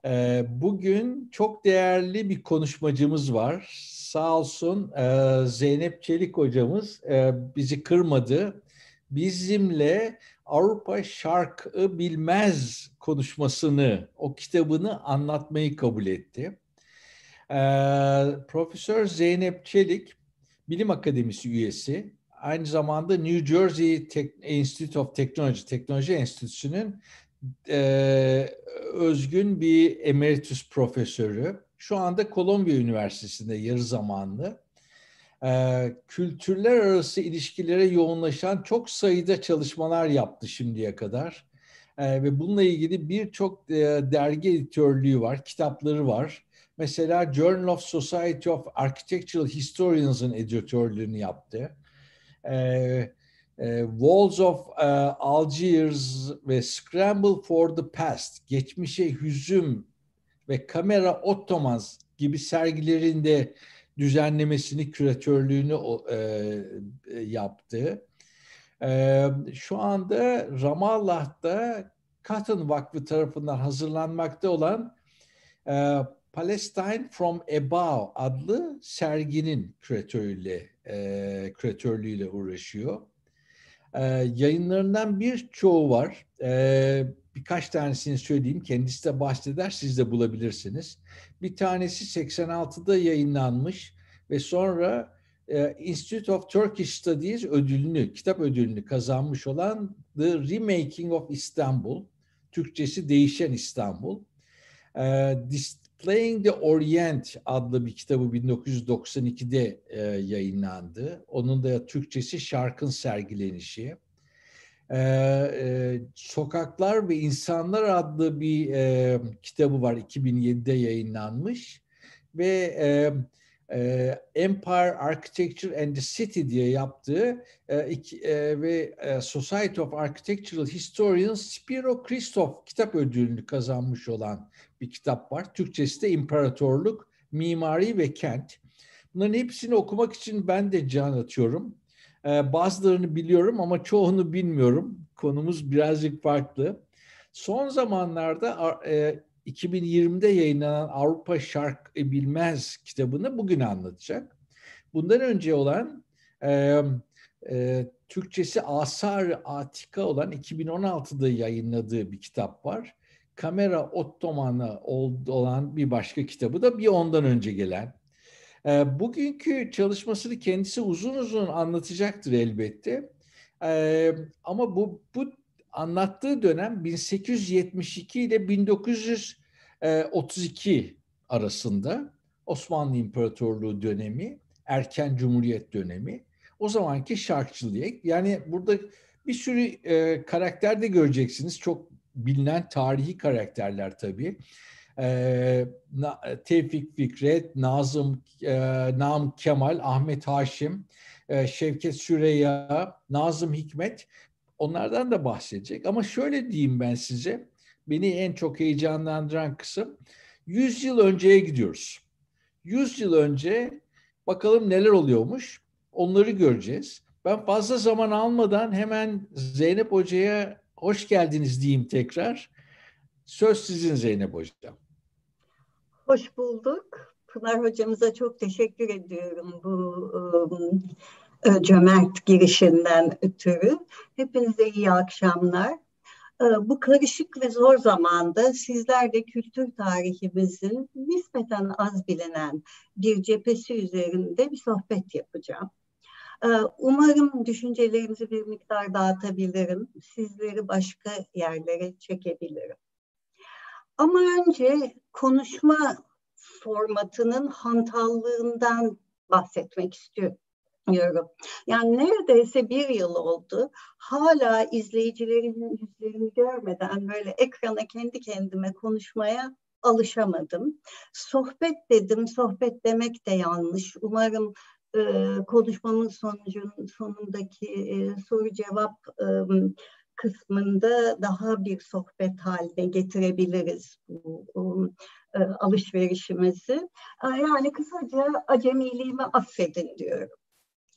Bugün çok değerli bir konuşmacımız var. Sağ olsun Zeynep Çelik hocamız bizi kırmadı. Bizimle Avrupa Şarkı Bilmez konuşmasını, o kitabını anlatmayı kabul etti. Profesör Zeynep Çelik, Bilim Akademisi üyesi. Aynı zamanda New Jersey Institute of Technology, Teknoloji Enstitüsü'nün özgün bir emeritus profesörü. Şu anda Kolombiya Üniversitesi'nde yarı zamanlı. Kültürler arası ilişkilere yoğunlaşan çok sayıda çalışmalar yaptı şimdiye kadar. Ve bununla ilgili birçok dergi editörlüğü var, kitapları var. Mesela Journal of Society of Architectural Historians'ın editörlüğünü yaptı. Walls of Algiers ve Scramble for the Past, Geçmişe Hüzüm ve Kamera Ottomans gibi sergilerinde düzenlemesini, küratörlüğünü yaptı. Şu anda Ramallah'ta Cotton Vakfı tarafından hazırlanmakta olan Palestine from Above adlı serginin küratörlüğüyle uğraşıyor. Yayınlarından birçoğu var. Birkaç tanesini söyleyeyim. Kendisi de bahseder, siz de bulabilirsiniz. Bir tanesi 86'da yayınlanmış ve sonra Institute of Turkish Studies ödülünü, kitap ödülünü kazanmış olan The Remaking of Istanbul, Türkçesi Değişen İstanbul. Displaying the Orient adlı bir kitabı 1992'de yayınlandı. Onun da Türkçesi Şarkın Sergilenişi. Sokaklar ve İnsanlar adlı bir kitabı var, 2007'de yayınlanmış. Ve Empire, Architecture and the City diye yaptığı ve Society of Architectural Historians Spiro Christoph kitap ödülünü kazanmış olan bir kitap var. Türkçesi de İmparatorluk, Mimari ve Kent. Bunların hepsini okumak için ben de can atıyorum. Bazılarını biliyorum ama çoğunu bilmiyorum. Konumuz birazcık farklı. Son zamanlarda 2020'de yayınlanan Avrupa Şark Bilmez kitabını bugün anlatacak. Bundan önce olan Türkçesi Asar-ı Atika olan 2016'da yayınladığı bir kitap var. Kamera Ottoman'a olan bir başka kitabı da bir ondan önce gelen. Bugünkü çalışmasını kendisi uzun uzun anlatacaktır elbette. Ama bu anlattığı dönem 1872 ile 1932 arasında, Osmanlı İmparatorluğu dönemi, erken Cumhuriyet dönemi. O zamanki şarkçılığı. Yani burada bir sürü karakter de göreceksiniz. Çok bilinen tarihi karakterler tabii. Tevfik Fikret, Namık Kemal, Ahmet Haşim, Şevket Süreyya, Nazım Hikmet, onlardan da bahsedecek. Ama şöyle diyeyim ben size, beni en çok heyecanlandıran kısım 100 yıl önceye gidiyoruz. 100 yıl önce bakalım neler oluyormuş, onları göreceğiz. Ben fazla zaman almadan hemen Zeynep Hoca'ya hoş geldiniz diyeyim tekrar. Söz sizin Zeynep Hocam. Hoş bulduk. Pınar hocamıza çok teşekkür ediyorum bu cömert girişinden ötürü. Hepinize iyi akşamlar. Bu karışık ve zor zamanda sizlerle kültür tarihimizin nispeten az bilinen bir cephesi üzerinde bir sohbet yapacağım. Umarım düşüncelerinizi bir miktar dağıtabilirim. Sizleri başka yerlere çekebilirim. Ama önce konuşma formatının hantallığından bahsetmek istiyorum. Yani neredeyse bir yıl oldu. Hala izleyicilerimin yüzlerini görmeden böyle ekrana kendi kendime konuşmaya alışamadım. Sohbet dedim, sohbet demek de yanlış. Umarım konuşmamın sonundaki soru cevap kısmında daha bir sohbet haline getirebiliriz bu alışverişimizi. Yani kısaca acemiliğimi affedin diyorum.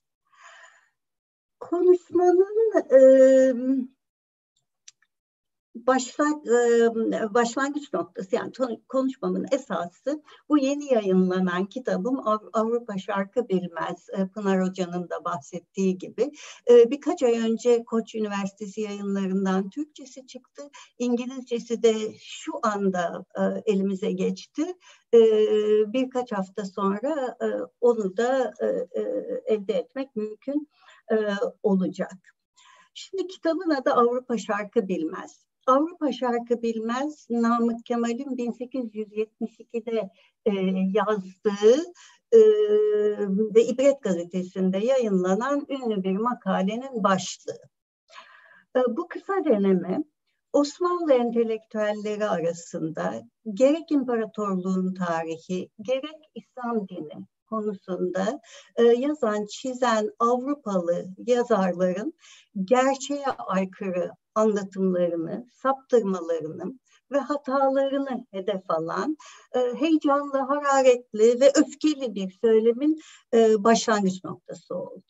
Konuşmanın başlangıç noktası, yani konuşmamın esası bu yeni yayınlanan kitabım Avrupa Şarkı Bilmez. Pınar Hoca'nın da bahsettiği gibi birkaç ay önce Koç Üniversitesi yayınlarından Türkçesi çıktı. İngilizcesi de şu anda elimize geçti. Birkaç hafta sonra onu da elde etmek mümkün olacak. Şimdi kitabın adı Avrupa Şarkı Bilmez. Avrupa Şarkı Bilmez, Namık Kemal'in 1872'de yazdığı ve İbret Gazetesi'nde yayınlanan ünlü bir makalenin başlığı. Bu kısa deneme Osmanlı entelektüelleri arasında gerek imparatorluğun tarihi, gerek İslam dini konusunda yazan, çizen Avrupalı yazarların gerçeğe aykırı anlatımlarını, saptırmalarını ve hatalarını hedef alan heyecanlı, hararetli ve öfkeli bir söylemin başlangıç noktası oldu.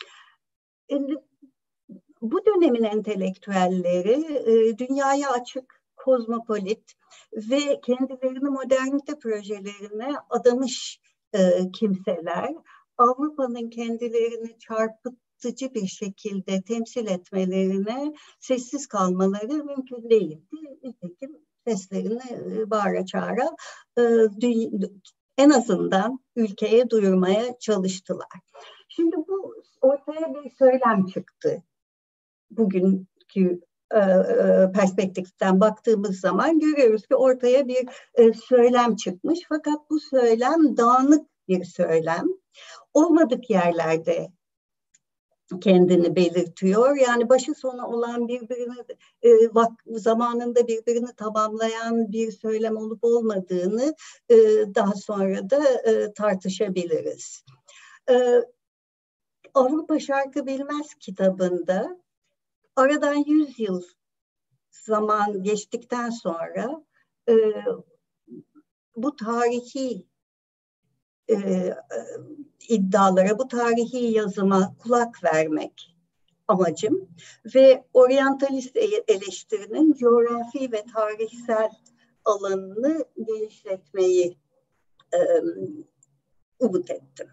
Bu dönemin entelektüelleri dünyaya açık, kozmopolit ve kendilerini modernite projelerine adamış kimseler. Avrupa'nın kendilerini çarpıtıcı bir şekilde temsil etmelerine sessiz kalmaları mümkün değildi. Nitekim seslerini bağıra çağıra en azından ülkeye duyurmaya çalıştılar. Şimdi bu ortaya bir söylem çıktı. Bugünkü perspektiften baktığımız zaman görüyoruz ki ortaya bir söylem çıkmış. Fakat bu söylem dağınık bir söylem. Olmadık yerlerde kendini belirtiyor. Yani başı sonu olan birbirini zamanında birbirini tamamlayan bir söylem olup olmadığını daha sonra da tartışabiliriz. Avrupa Şarkı Bilmez kitabında aradan 100 yıl zaman geçtikten sonra bu tarihi iddialara, bu tarihi yazıma kulak vermek amacım ve oryantalist eleştirinin coğrafi ve tarihsel alanını genişletmeyi umut ettim.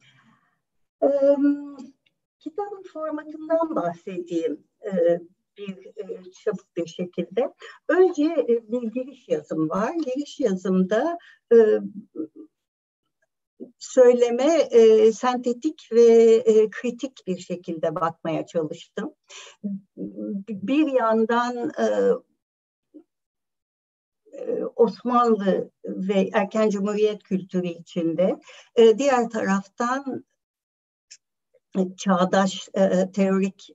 Kitabın formatından bahsedeyim çabuk bir şekilde. Önce bir giriş yazım var. Giriş yazımda söyleme sentetik ve kritik bir şekilde bakmaya çalıştım. Bir yandan Osmanlı ve erken Cumhuriyet kültürü içinde, diğer taraftan çağdaş teorik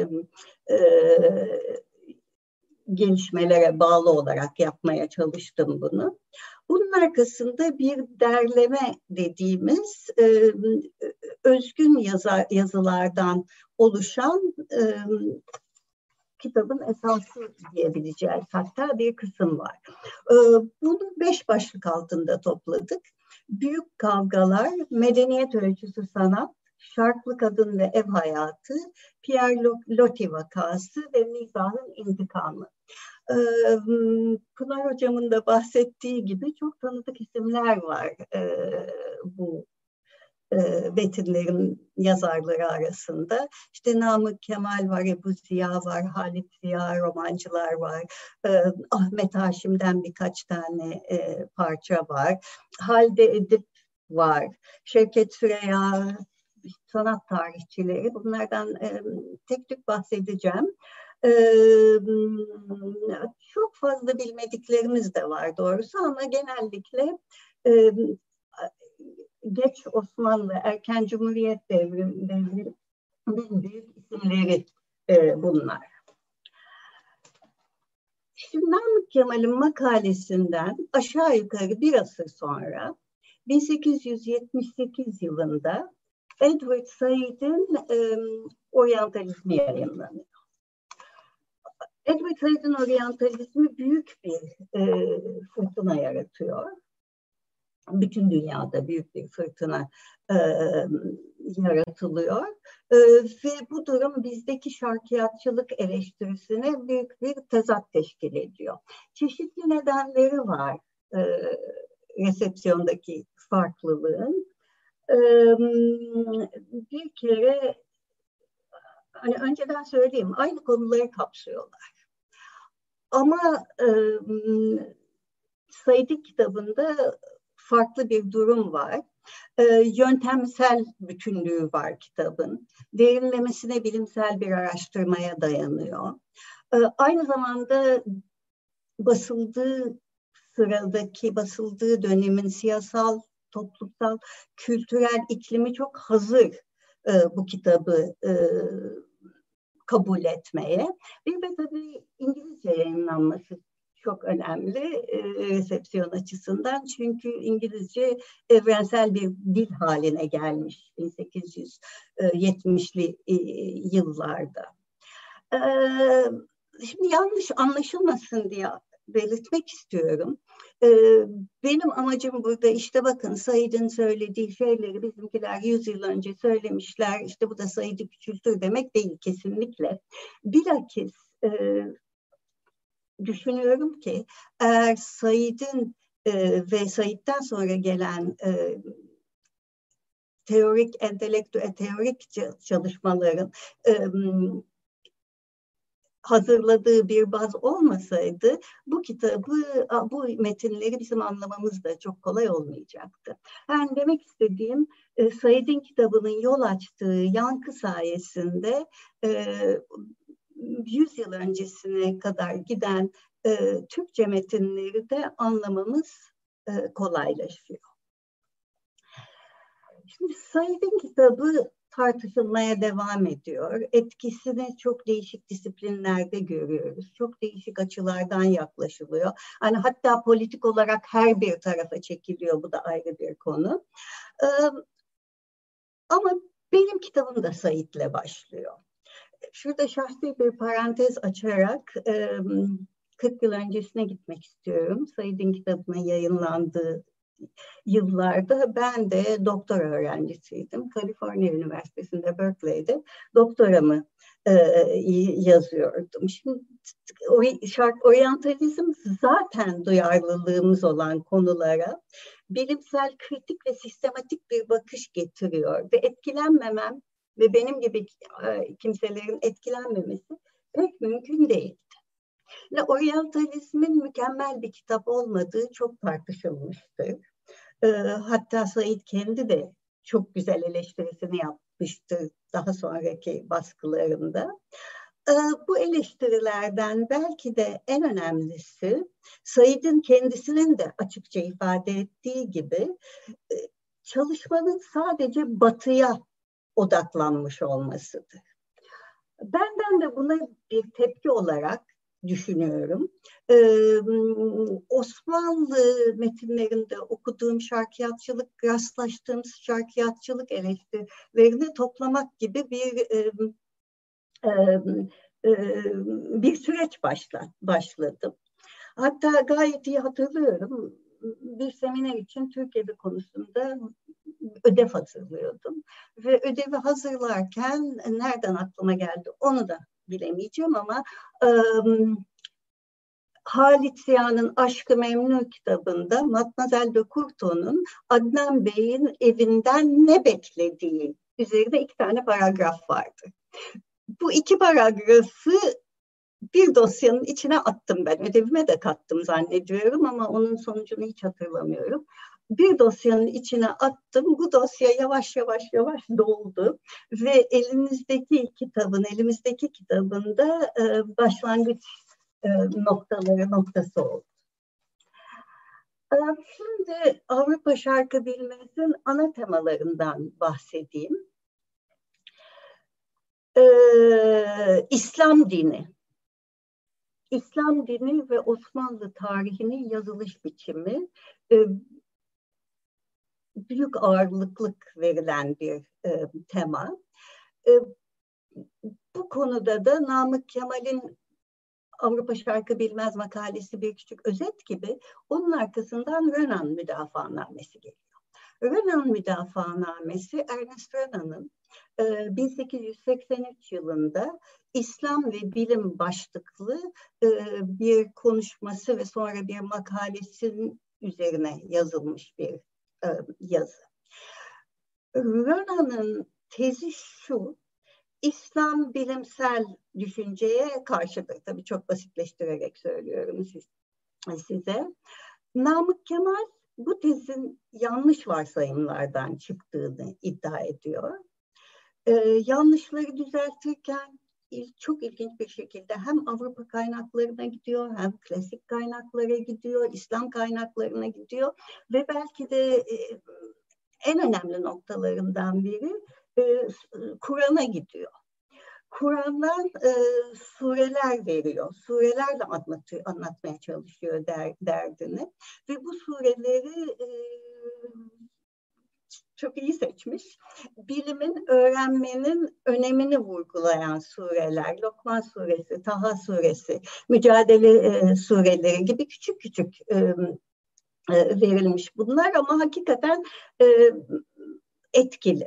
gelişmelere bağlı olarak yapmaya çalıştım bunu. Bunun arkasında bir derleme dediğimiz özgün yazılardan oluşan kitabın esası diyebileceğiz hatta bir kısım var. Bunu 5 başlık altında topladık. Büyük kavgalar, medeniyet ölçüsü sanat, şarklı kadın ve ev hayatı, Pierre Loti vakası ve mizahın intikamı. Pınar Hocam'ın da bahsettiği gibi çok tanıdık isimler var bu metinlerin yazarları arasında. İşte Namık Kemal var, Ebu Ziya var, Halit Ziya, romancılar var. Ahmet Haşim'den birkaç tane parça var. Halide Edip var. Şevket Süreyya, sanat tarihçileri. Bunlardan tek tek bahsedeceğim. Çok fazla bilmediklerimiz de var doğrusu ama genellikle geç Osmanlı, erken Cumhuriyet devrinin büyük isimleri bunlar. Şimdi Namık Kemal'in makalesinden aşağı yukarı bir asır sonra 1878 yılında Edward Said'in Oryantalizmi yayınlanıyor. Edward Said'in Oryantalizmi büyük bir fırtına yaratıyor. bütün dünyada büyük bir fırtına yaratılıyor. Ve bu durum bizdeki şarkiyatçılık eleştirisine büyük bir tezat teşkil ediyor. Çeşitli nedenleri var resepsiyondaki farklılığın. Bir kere hani önceden söyleyeyim, aynı konuları kapsıyorlar. Ama Said'in kitabında farklı bir durum var. Yöntemsel bütünlüğü var kitabın. Derinlemesine bilimsel bir araştırmaya dayanıyor. Aynı zamanda basıldığı dönemin siyasal, toplumsal, kültürel iklimi çok hazır bu kitabı kabul etmeye. Bir de tabii İngilizce yayınlanması çok önemli resepsiyon açısından. Çünkü İngilizce evrensel bir dil haline gelmiş 1870'li yıllarda. Şimdi yanlış anlaşılmasın diye belirtmek istiyorum. Benim amacım burada işte bakın Said'in söylediği şeyleri bizimkiler 100 yıl önce söylemişler. İşte bu da Said'i küçültür demek değil kesinlikle. Bilakis düşünüyorum ki eğer Said'in ve Said'den sonra gelen teorik çalışmaların hazırladığı bir baz olmasaydı bu metinleri bizim anlamamız da çok kolay olmayacaktı. Yani demek istediğim Said'in kitabının yol açtığı yankı sayesinde 100 yıl öncesine kadar giden Türkçe metinleri de anlamamız kolaylaşıyor. Şimdi Said'in kitabı tartışılmaya devam ediyor. Etkisini çok değişik disiplinlerde görüyoruz. Çok değişik açılardan yaklaşılıyor. Hani hatta politik olarak her bir tarafa çekiliyor. Bu da ayrı bir konu. Ama benim kitabım da Said'le başlıyor. Şurada şahsi bir parantez açarak 40 yıl öncesine gitmek istiyorum. Said'in kitabının yayınlandığı yıllarda ben de doktora öğrencisiydim. Kaliforniya Üniversitesi'nde Berkeley'de doktoramı yazıyordum. Şimdi oryantalizm zaten duyarlılığımız olan konulara bilimsel, kritik ve sistematik bir bakış getiriyor ve etkilenmemem ve benim gibi kimselerin etkilenmemesi pek mümkün değildi. Oryantalizmin mükemmel bir kitap olmadığı çok tartışılmıştır. Hatta Said kendi de çok güzel eleştirisini yapmıştır daha sonraki baskılarında. Bu eleştirilerden belki de en önemlisi Said'in kendisinin de açıkça ifade ettiği gibi çalışmanın sadece batıya odaklanmış olmasıdır. Benden de buna bir tepki olarak düşünüyorum. Osmanlı metinlerinde okuduğum şarkiyatçılık, rastlaştığım şarkiyatçılık eleştirilerini toplamak gibi bir süreç başladım. Hatta gayet iyi hatırlıyorum. Bir seminer için Türkiye'de konusunda ödev hazırlıyordum. Ve ödevi hazırlarken nereden aklıma geldi onu da bilemeyeceğim ama Halit Ziya'nın Aşk-ı Memnu kitabında Mademoiselle de Courtaulds'un Adnan Bey'in evinden ne beklediği üzerinde 2 tane paragraf vardı. Bu 2 paragrafı bir dosyanın içine attım ben. Ödevime de kattım zannediyorum ama onun sonucunu hiç hatırlamıyorum. Bir dosyanın içine attım. Bu dosya yavaş yavaş doldu ve elimizdeki kitabın da başlangıç noktası oldu. Şimdi Avrupa Şarkı Bilmez'in ana temalarından bahsedeyim. İslam dini ve Osmanlı tarihinin yazılış biçimi büyük ağırlıklık verilen bir tema. Bu konuda da Namık Kemal'in Avrupa Şarkı Bilmez makalesi bir küçük özet gibi, onun arkasından Renan Müdafaanamesi geliyor. Renan Müdafaanamesi, Ernest Renan'ın 1883 yılında İslam ve Bilim başlıklı bir konuşması ve sonra bir makalesinin üzerine yazılmış bir yazı. Renan'ın tezi şu: İslam bilimsel düşünceye karşıdır. Tabii çok basitleştirerek söylüyorum size. Namık Kemal bu tezin yanlış varsayımlardan çıktığını iddia ediyor. Yanlışları düzeltirken çok ilginç bir şekilde hem Avrupa kaynaklarına gidiyor, hem klasik kaynaklara gidiyor, İslam kaynaklarına gidiyor ve belki de en önemli noktalarından biri Kur'an'a gidiyor. Kur'an'dan sureler veriyor. Surelerle anlatmaya çalışıyor derdini. Ve bu sureleri çok iyi seçmiş. Bilimin, öğrenmenin önemini vurgulayan sureler. Lokman suresi, Taha suresi, mücadele sureleri gibi küçük küçük verilmiş bunlar ama hakikaten etkili.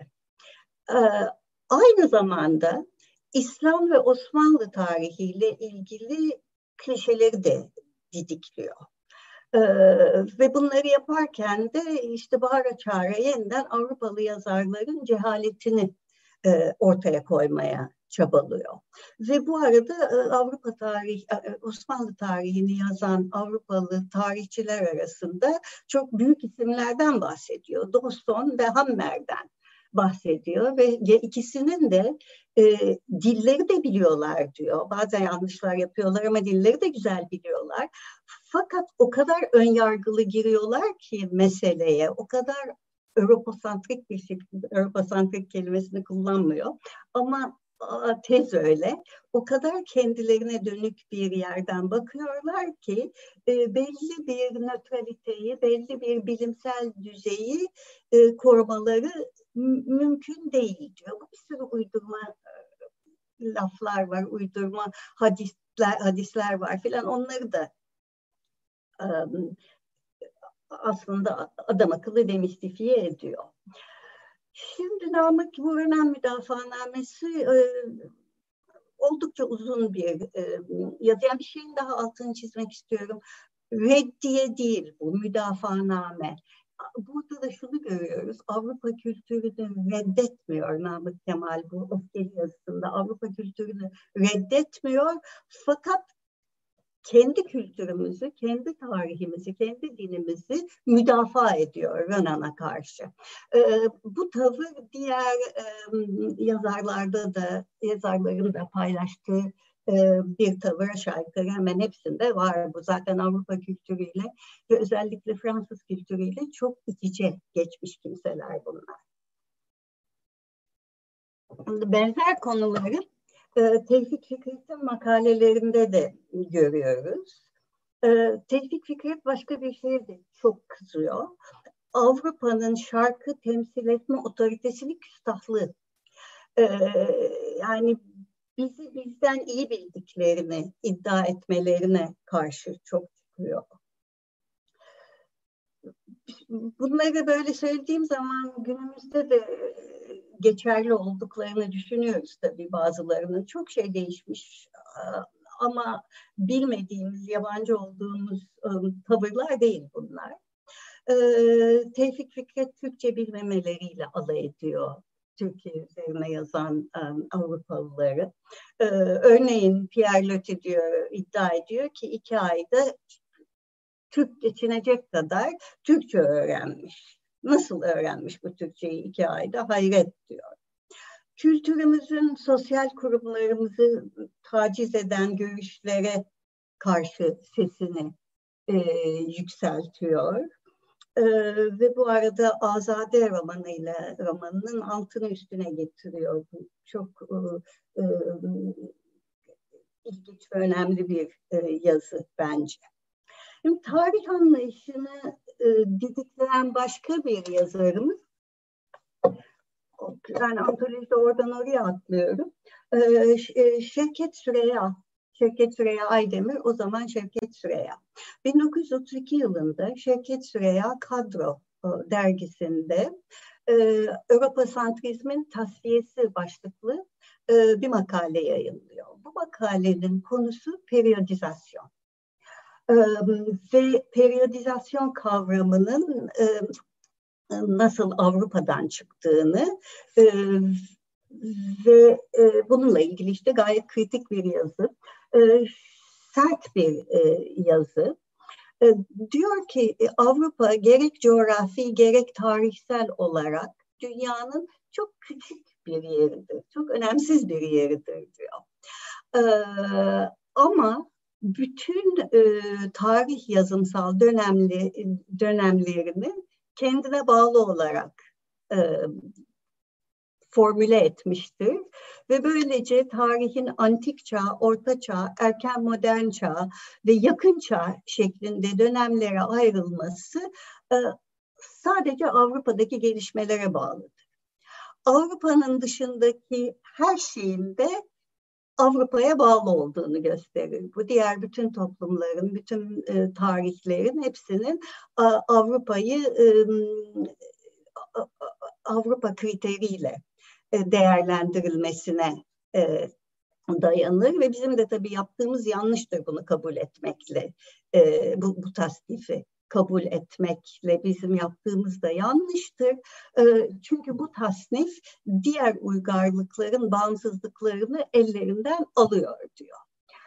Aynı zamanda İslam ve Osmanlı tarihiyle ilgili klişeleri de didikliyor. Ve bunları yaparken de işte bağıra çağıra yeniden Avrupalı yazarların cehaletini ortaya koymaya çabalıyor. Ve bu arada Osmanlı tarihini yazan Avrupalı tarihçiler arasında çok büyük isimlerden bahsediyor. Doston ve Hammer'den bahsediyor ve ikisinin de dilleri de biliyorlar diyor. Bazen yanlışlar yapıyorlar ama dilleri de güzel biliyorlar. Fakat o kadar önyargılı giriyorlar ki meseleye, o kadar Europasantrik bir şekilde, Europasantrik kelimesini kullanmıyor ama tez öyle. O kadar kendilerine dönük bir yerden bakıyorlar ki belli bir nötraliteyi, belli bir bilimsel düzeyi korumaları mümkün değil diyor. Bir sürü uydurma laflar var, uydurma hadisler var filan. Onları da aslında adam akıllı demistifiye ediyor. Şimdi Namık Kemal'in Müdafaanamesi oldukça uzun bir yazı. Yani bir şeyin daha altını çizmek istiyorum. Reddiye değil bu, müdafaaname. Burada da şunu görüyoruz. Avrupa kültürünü reddetmiyor Namık Kemal bu öfkeli yazısında. Avrupa kültürünü reddetmiyor. Fakat kendi kültürümüzü, kendi tarihimizi, kendi dinimizi müdafaa ediyor Renan'a karşı. Bu tavır diğer yazarların da paylaştığı bir tavır aşağı yukarı hemen hepsinde var bu. Zaten Avrupa kültürüyle ve özellikle Fransız kültürüyle çok iç içe geçmiş kimseler bunlar. Benzer konuları Tevfik Fikret'in makalelerinde de görüyoruz. Tevfik Fikret başka bir şeye de çok kızıyor. Avrupa'nın şarkı temsil etme otoritesini küstahlığı. Yani bizi bizden iyi bildiklerini iddia etmelerine karşı çok çıkıyor. Bunları böyle söylediğim zaman günümüzde de geçerli olduklarını düşünüyoruz tabii bazılarının. Çok şey değişmiş ama bilmediğimiz, yabancı olduğumuz tavırlar değil bunlar. Tevfik Fikret Türkçe bilmemeleriyle alay ediyor Türkiye üzerine yazan Avrupalıları. Örneğin Pierre Loti iddia ediyor ki 2 ayda Türkçe çinecek kadar Türkçe öğrenmiş. Nasıl öğrenmiş bu Türkçeyi 2 ayda? Hayret diyor. Kültürümüzün, sosyal kurumlarımızı taciz eden görüşlere karşı sesini yükseltiyor. Ve bu arada Azade romanının altını üstüne getiriyor. Bu çok ilginç ve önemli bir yazı bence. Şimdi tarih anlayışını didikleyen başka bir yazarımız, yani antolojide oradan oraya atlıyorum, Şevket Süreyya Şevket Süreyya Aydemir, o zaman Şevket Süreyya. 1932 yılında Şevket Süreyya Kadro dergisinde Europasantrizmin tasfiyesi başlıklı bir makale yayınlıyor. Bu makalenin konusu periyodizasyon. Ve periyodizasyon kavramının nasıl Avrupa'dan çıktığını ve bununla ilgili işte gayet kritik bir yazı, sert bir yazı. Diyor ki Avrupa gerek coğrafi gerek tarihsel olarak dünyanın çok küçük bir yeridir, çok önemsiz bir yeridir diyor. Ama bütün tarih yazımsal dönemlerini kendine bağlı olarak formüle etmiştir. Ve böylece tarihin antik çağ, orta çağ, erken modern çağ ve yakın çağ şeklinde dönemlere ayrılması sadece Avrupa'daki gelişmelere bağlıdır. Avrupa'nın dışındaki her şeyin de Avrupa'ya bağlı olduğunu gösterir. Bu diğer bütün toplumların, bütün tarihlerin hepsinin Avrupa kriteriyle değerlendirilmesine dayanır ve bizim de tabii yaptığımız yanlıştır bunu kabul etmekle, bu tasnifi kabul etmekle bizim yaptığımız da yanlıştır. Çünkü bu tasnif diğer uygarlıkların bağımsızlıklarını ellerinden alıyor diyor.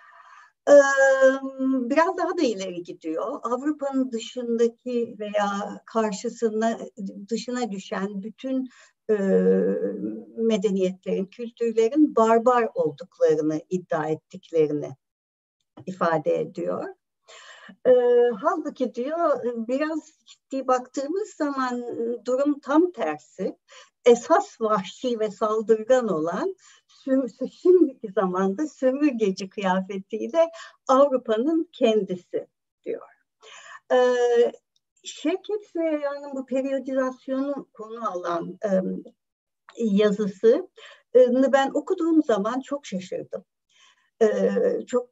Biraz daha da ileri gidiyor. Avrupa'nın dışındaki veya dışına düşen bütün medeniyetlerin, kültürlerin barbar olduklarını iddia ettiklerini ifade ediyor. Halbuki diyor biraz ciddi baktığımız zaman durum tam tersi. Esas vahşi ve saldırgan olan şimdiki zamanda sömürgeci kıyafetiyle Avrupa'nın kendisi diyor. Şevket Süreyya'nın bu periyodizasyonu konu alan yazısını ben okuduğum zaman çok şaşırdım. Çok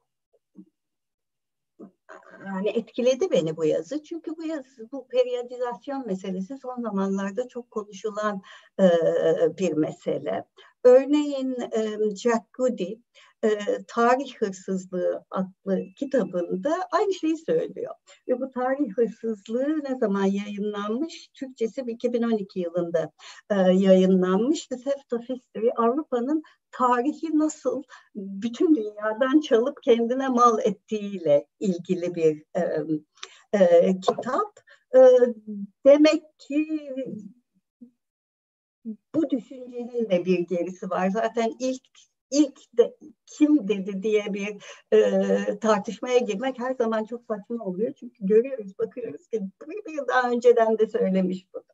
yani etkiledi beni bu yazı. Çünkü bu periyodizasyon meselesi son zamanlarda çok konuşulan bir mesele. Örneğin Jack Goody Tarih Hırsızlığı adlı kitabında aynı şeyi söylüyor. Ve bu tarih hırsızlığı ne zaman yayınlanmış? Türkçesi 2012 yılında yayınlanmış. The Theft of History, Avrupa'nın tarihi nasıl bütün dünyadan çalıp kendine mal ettiğiyle ilgili bir kitap. Demek ki bu düşüncenin de bir gerisi var. Zaten ilk de kim dedi diye bir tartışmaya girmek her zaman çok saçma oluyor. Çünkü görüyoruz, bakıyoruz ki bir daha önceden de söylemiş bunu.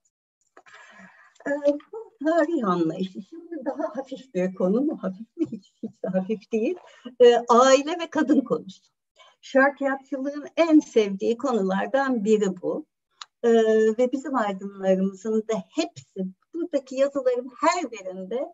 Bu tarih anlayışı. Şimdi daha hafif bir konu mu? Hafif mi? Hiç de hafif değil. Aile ve kadın konusu. Şarkiyatçılığın en sevdiği konulardan biri bu. Ve bizim aydınlarımızın da hepsi, buradaki yazıların her birinde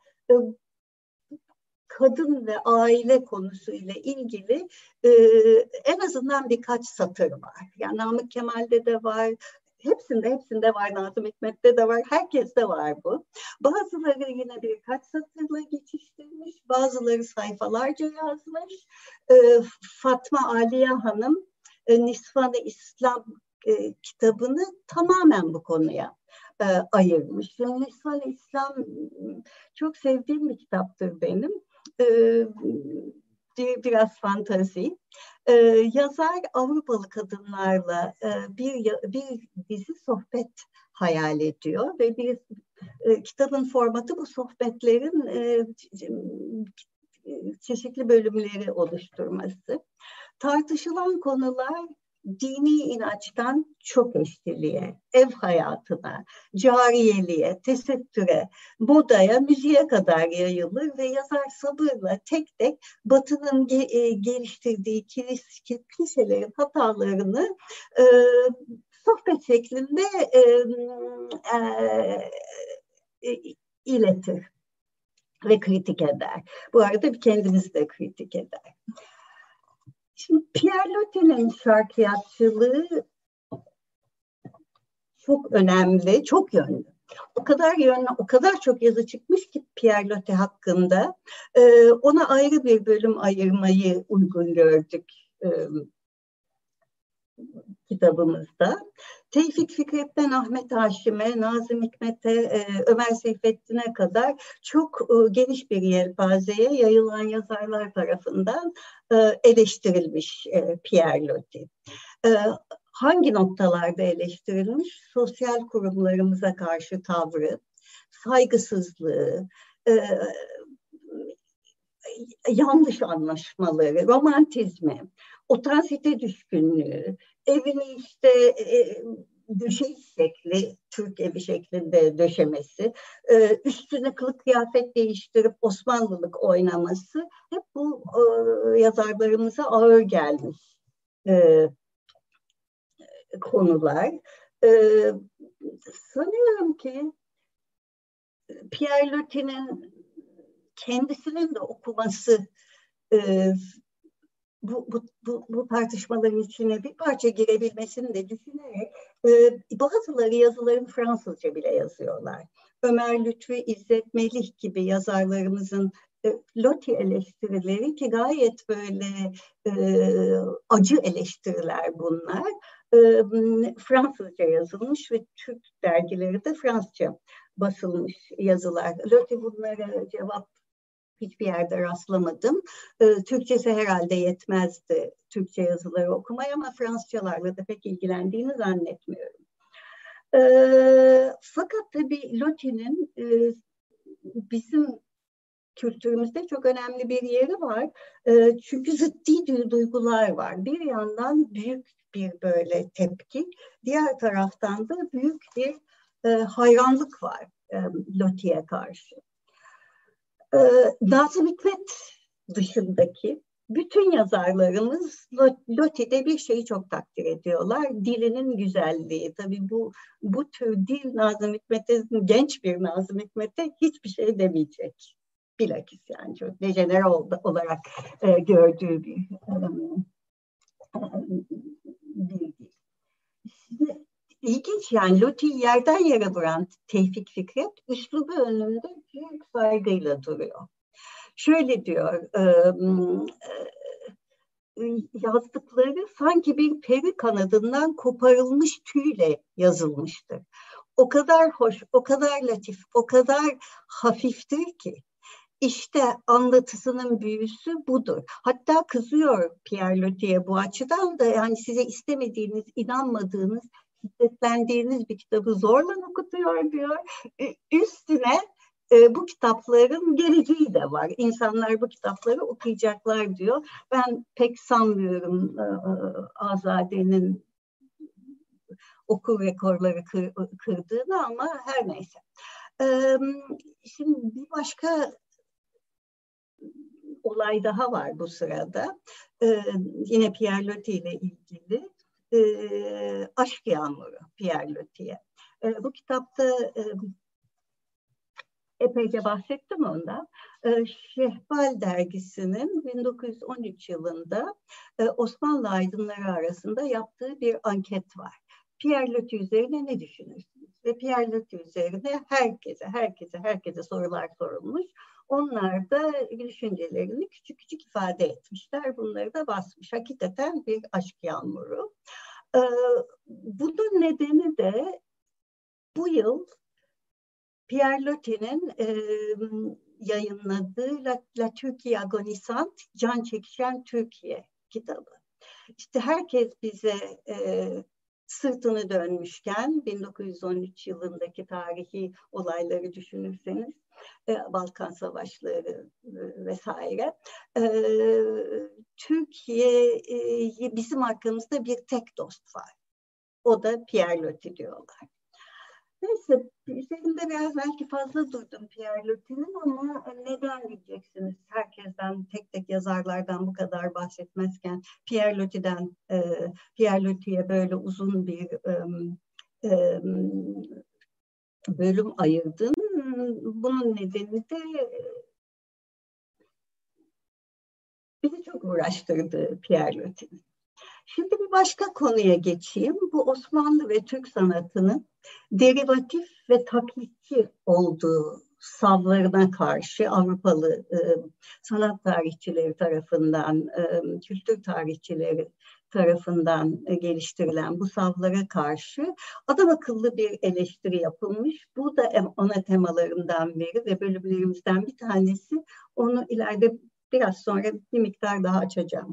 kadın ve aile konusuyla ilgili en azından birkaç satır var. Yani Namık Kemal'de de var, hepsinde var, Nazım Hikmet'te de var, herkeste var bu. Bazıları yine birkaç satırla geçiştirmiş, bazıları sayfalarca yazmış. Fatma Aliye Hanım Nisvan-ı İslam kitabını tamamen bu konuya ayırmış. Nisvan-ı İslam çok sevdiğim bir kitaptır benim. Biraz fantazi. Yazar Avrupalı kadınlarla bir dizi sohbet hayal ediyor ve kitabın formatı bu sohbetlerin çeşitli bölümleri oluşturması. Tartışılan konular dini inançtan çok eşliliğe, ev hayatına, cariyeliğe, tesettüre, modaya, müziğe kadar yayılır ve yazar sabırla tek tek Batı'nın geliştirdiği kiliselerin hatalarını sohbet şeklinde iletir ve kritik eder. Bu arada kendimizi de kritik eder. Şimdi Pierre Loti'nin şarkıyatçılığı çok önemli, çok yönlü. O kadar yönlü, o kadar çok yazı çıkmış ki Pierre Loti hakkında. Ona ayrı bir bölüm ayırmayı uygun gördük kitabımızda. Tevfik Fikret'ten Ahmet Haşim'e, Nazım Hikmet'e, Ömer Seyfettin'e kadar çok geniş bir yelpazeye yayılan yazarlar tarafından eleştirilmiş Pierre Loti. Hangi noktalarda eleştirilmiş? Sosyal kurumlarımıza karşı tavrı, saygısızlığı, yanlış anlaşmaları, romantizmi, otansite düşkünlüğü, evini işte döşeyiş şekli, Türk evi şeklinde döşemesi, üstüne kılık kıyafet değiştirip Osmanlılık oynaması hep bu yazarlarımıza ağır gelmiş konular. Sanıyorum ki Pierre Loti'nin kendisinin de okuması bu tartışmaların içine bir parça girebilmesini de düşünerek bazıları yazılarını Fransızca bile yazıyorlar. Ömer Lütfü, İzzet Melih gibi yazarlarımızın Loti eleştirileri ki gayet böyle acı eleştiriler bunlar. Fransızca yazılmış ve Türk dergileri de Fransızca basılmış yazılar. Loti bunlara cevap hiçbir yerde rastlamadım. Türkçesi herhalde yetmezdi Türkçe yazıları okumaya ama Fransızcalarla da pek ilgilendiğini zannetmiyorum. Fakat tabii Loti'nin bizim kültürümüzde çok önemli bir yeri var. Çünkü zıddi duygular var. Bir yandan büyük bir böyle tepki, diğer taraftan da büyük bir hayranlık var Loti'ye karşı. Nazım Hikmet dışındaki bütün yazarlarımız Loti'de bir şeyi çok takdir ediyorlar. Dilinin güzelliği. Tabii bu tür dil Nazım Hikmet'e, genç bir Nazım Hikmet'e hiçbir şey demeyecek. Bilakis yani çok dejenere olarak gördüğü bir dil. Şimdi İlginç yani Loti'yi yerden yere vuran Tevfik Fikret üslubu önünde büyük saygıyla duruyor. Şöyle diyor, yazdıkları sanki bir peri kanadından koparılmış tüyle yazılmıştır. O kadar hoş, o kadar latif, o kadar hafiftir ki. İşte anlatısının büyüsü budur. Hatta kızıyor Pierre Loti'ye bu açıdan da yani size istemediğiniz, inanmadığınız, şiddetlendiğiniz bir kitabı zorla okutuyor diyor. Üstüne bu kitapların geleceği de var. İnsanlar bu kitapları okuyacaklar diyor. Ben pek sanmıyorum Azade'nin okur rekorları kırdığını ama her neyse. Şimdi bir başka olay daha var bu sırada. Yine Pierre Loti ile ilgili. Aşk Yağmuru Pierre Loti'ye. Bu kitapta epeyce bahsettim ondan. Şehbal dergisinin 1913 yılında Osmanlı aydınları arasında yaptığı bir anket var. Pierre Loti üzerine ne düşünürsünüz? Ve Pierre Loti üzerine herkese sorular sorulmuş. Onlar da düşüncelerini küçük küçük ifade etmişler. Bunları da basmış. Hakikaten bir aşk yağmuru. Bunun nedeni de bu yıl Pierre Loti'nin yayınladığı La Türkiye Agonisant, Can Çekişen Türkiye kitabı. İşte herkes bize sırtını dönmüşken 1913 yılındaki tarihi olayları düşünürseniz Balkan Savaşları vesaire Türkiye bizim arkamızda bir tek dost var. O da Pierre Loti diyorlar. Neyse, üzerinde biraz belki fazla durdum Pierre Loti'nin ama neden diyeceksiniz? Herkesten, tek tek yazarlardan bu kadar bahsetmezken Pierre Loti'ye böyle uzun bir bölüm ayırdım. Bunun nedeni de bizi çok uğraştırdı Pierre Loti'nin. Şimdi bir başka konuya geçeyim. Bu Osmanlı ve Türk sanatının derivatif ve taklitçi olduğu savlarına karşı Avrupalı sanat tarihçileri tarafından, kültür tarihçileri tarafından geliştirilen bu savlara karşı adam akıllı bir eleştiri yapılmış. Bu da ana temalarından biri ve bölümlerimizden bir tanesi. Onu ileride biraz sonra bir miktar daha açacağım.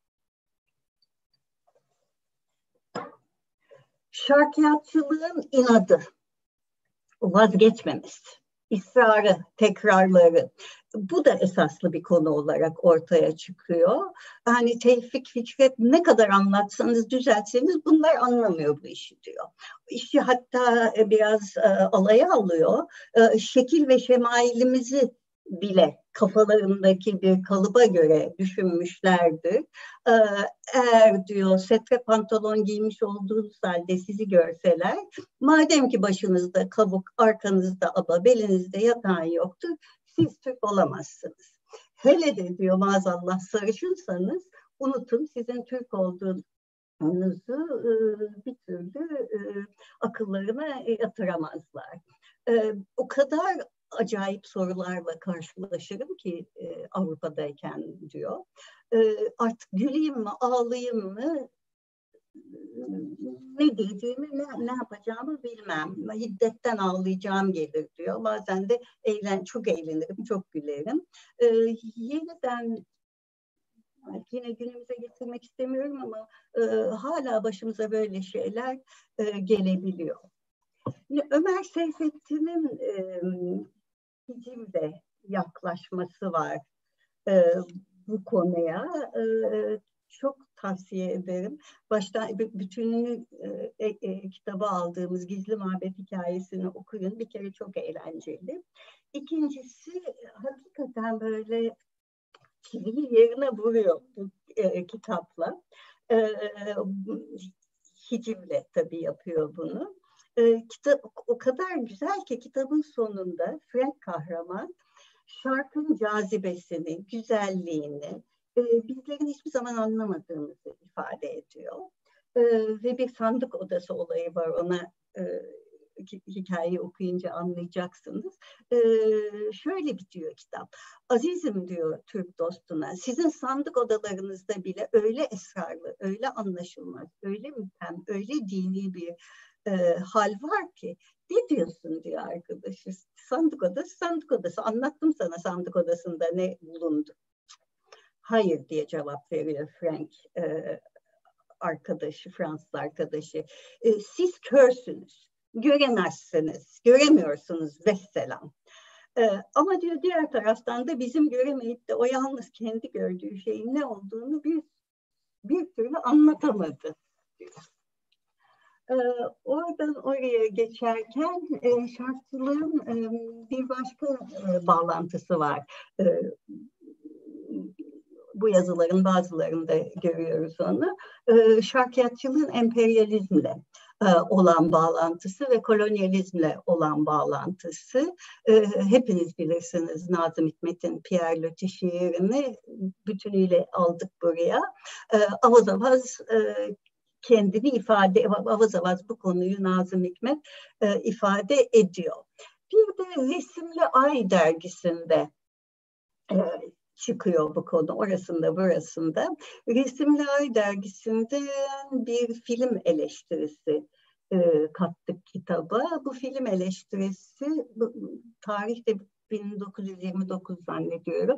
Şarkiyatçılığın inadı, vazgeçmemesi, ısrarı, tekrarları. Bu da esaslı bir konu olarak ortaya çıkıyor. Hani Tevfik Fikret ne kadar anlatsanız, düzeltseniz bunlar anlamıyor bu işi diyor. İşi hatta biraz alaya alıyor. Şekil ve şemailimizi bile kafalarındaki bir kalıba göre düşünmüşlerdir. Eğer diyor setre pantolon giymiş olduğunuz halde sizi görseler, madem ki başınızda kabuk, arkanızda aba, belinizde yatağın yoktur, siz Türk olamazsınız. Hele de diyor maazallah sarışınsanız unutun, sizin Türk olduğunuzu bir türlü akıllarına yatıramazlar. O kadar acayip sorularla karşılaşırım ki Avrupa'dayken diyor. Artık güleyim mi, ağlayayım mı, ne diyeceğimi, ne yapacağımı bilmem. Hiddetten ağlayacağım gelir diyor. Bazen de çok eğlenirim, çok gülerim. Yeniden yine günümüze getirmek istemiyorum ama hala başımıza böyle şeyler gelebiliyor. Ömer Seyfettin'in hicivle yaklaşması var bu konuya. Çok tavsiye ederim. Başta bütününü kitaba aldığımız Gizli Mabet hikayesini okuyun. Bir kere çok eğlenceli. İkincisi hakikaten böyle çiviyi yerine vuruyor bu kitapla. Hicivle tabii yapıyor bunu. Kitap o kadar güzel ki kitabın sonunda Frank kahraman şarkının cazibesini, güzelliğini, bizlerin hiçbir zaman anlamadığımızı ifade ediyor. Ve bir sandık odası olayı var, ona hikayeyi okuyunca anlayacaksınız. Şöyle bitiyor kitap. Azizim diyor Türk dostuna, sizin sandık odalarınızda bile öyle esrarlı, öyle anlaşılmaz, öyle müphem, öyle dini bir hal var ki, ne diyorsun diyor arkadaşı. Sandık odası, sandık odası. Anlattım sana sandık odasında ne bulundu. Hayır diye cevap veriyor Frank arkadaşı, Fransız arkadaşı. Siz körsünüz, göremezsiniz, göremiyorsunuz vesselam. Ama diyor diğer taraftan da bizim göremeyip de o yalnız kendi gördüğü şeyin ne olduğunu bir türlü anlatamadı diyor. Oradan oraya geçerken şarkıcılığın bir başka bağlantısı var. Bu yazıların bazılarında görüyoruz onu. Şarkiyatçılığın emperyalizmle olan bağlantısı ve kolonyalizmle olan bağlantısı. Hepiniz bilirsiniz Nazım Hikmet'in Pierre Loti şiirini bütünüyle aldık buraya. Avaz avaz kendini avaz avaz bu konuyu Nazım Hikmet ifade ediyor. Bir de Resimli Ay dergisinde çıkıyor bu konu, orasında burasında. Resimli Ay dergisinde bir film eleştirisi kattık kitaba. Bu film eleştirisi tarihte 1929 zannediyorum.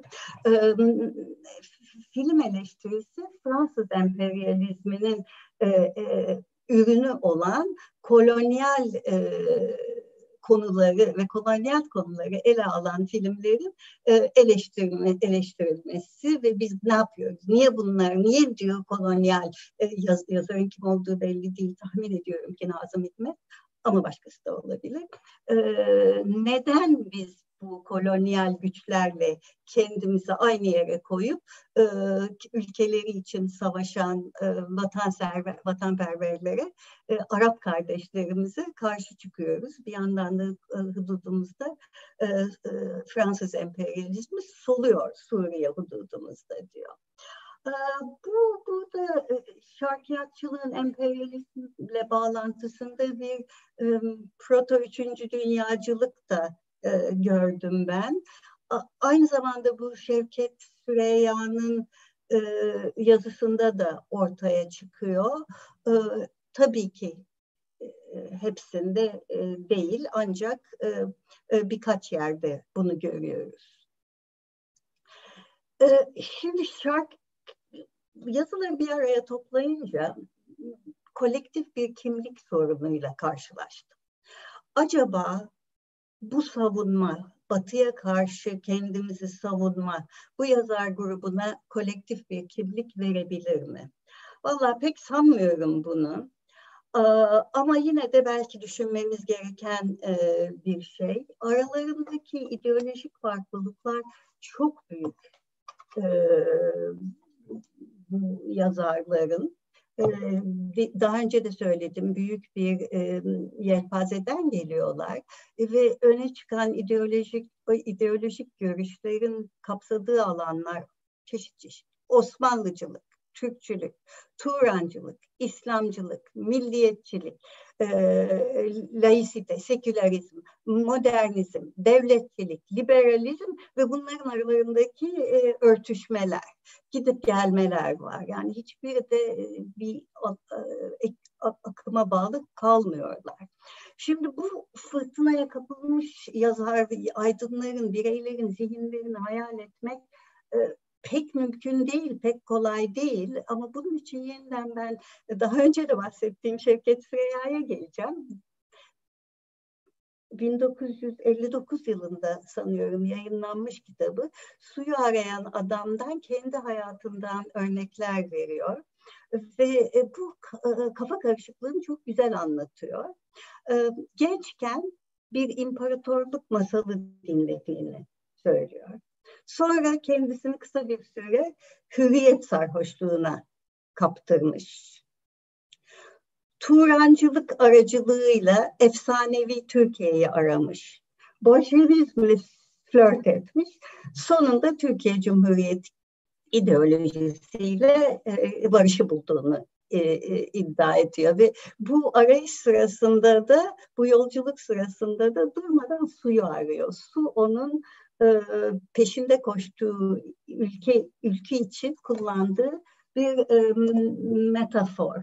Film eleştirisi Fransız emperyalizminin ürünü olan kolonyal konuları ve kolonyal konuları ele alan filmlerin eleştirilmesi ve biz ne yapıyoruz? Niye diyor kolonyal, yazarın kim olduğu belli değil, tahmin ediyorum ki Nazım Hikmet ama başkası da olabilir. Neden biz bu kolonyal güçlerle kendimizi aynı yere koyup ülkeleri için savaşan vatanperverlere, Arap kardeşlerimize karşı çıkıyoruz. Bir yandan da hududumuzda Fransız emperyalizmi soluyor, Suriye hududumuzda diyor. Burada şarkiyatçılığın emperyalizmle bağlantısında bir proto 3. dünyacılık da gördüm ben. Aynı zamanda bu Şevket Süreyya'nın yazısında da ortaya çıkıyor. Tabii ki hepsinde değil, ancak birkaç yerde bunu görüyoruz. Şimdi yazıları bir araya toplayınca kolektif bir kimlik sorunuyla karşılaştım. Acaba bu savunma, Batı'ya karşı kendimizi savunma, bu yazar grubuna kolektif bir kimlik verebilir mi? Vallahi pek sanmıyorum bunu. Ama yine de belki düşünmemiz gereken bir şey. Aralarındaki ideolojik farklılıklar çok büyük. Bu yazarların. Daha önce de söyledim, büyük bir yelpazeden geliyorlar ve öne çıkan ideolojik görüşlerin kapsadığı alanlar çeşit çeşit. Osmanlıcılık, Türkçülük, Turancılık, İslamcılık, milliyetçilik, laisite, sekülerizm, modernizm, devletçilik, liberalizm ve bunların aralarındaki örtüşmeler, gidip gelmeler var. Yani hiçbiri de bir akıma bağlı kalmıyorlar. Şimdi bu fırtınaya kapılmış yazar, aydınların, bireylerin zihinlerini hayal etmek pek mümkün değil, pek kolay değil. Ama bunun için yeniden ben daha önce de bahsettiğim Şevket Süreyya'ya geleceğim. 1959 yılında sanıyorum yayınlanmış kitabı, Suyu Arayan Adam'dan kendi hayatından örnekler veriyor. Ve bu kafa karışıklığını çok güzel anlatıyor. Gençken bir imparatorluk masalı dinlediğini söylüyor. Sonra kendisini kısa bir süre hürriyet sarhoşluğuna kaptırmış. Turancılık aracılığıyla efsanevi Türkiye'yi aramış. Bolşevizmle flört etmiş. Sonunda Türkiye Cumhuriyeti ideolojisiyle barışı bulduğunu iddia ediyor. Ve bu arayış sırasında da, bu yolculuk sırasında da durmadan suyu arıyor. Su onun peşinde koştuğu ülke için kullandığı bir metafor.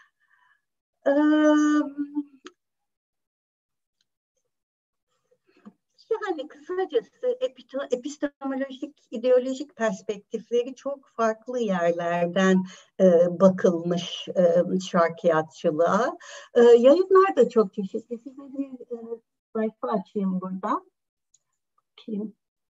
Yani kısacası epistemolojik, ideolojik perspektifleri çok farklı yerlerden bakılmış şarkiyatçılığa. Yayınlar da çok çeşitli. Size bir sayfa açayım burada. Bakayım.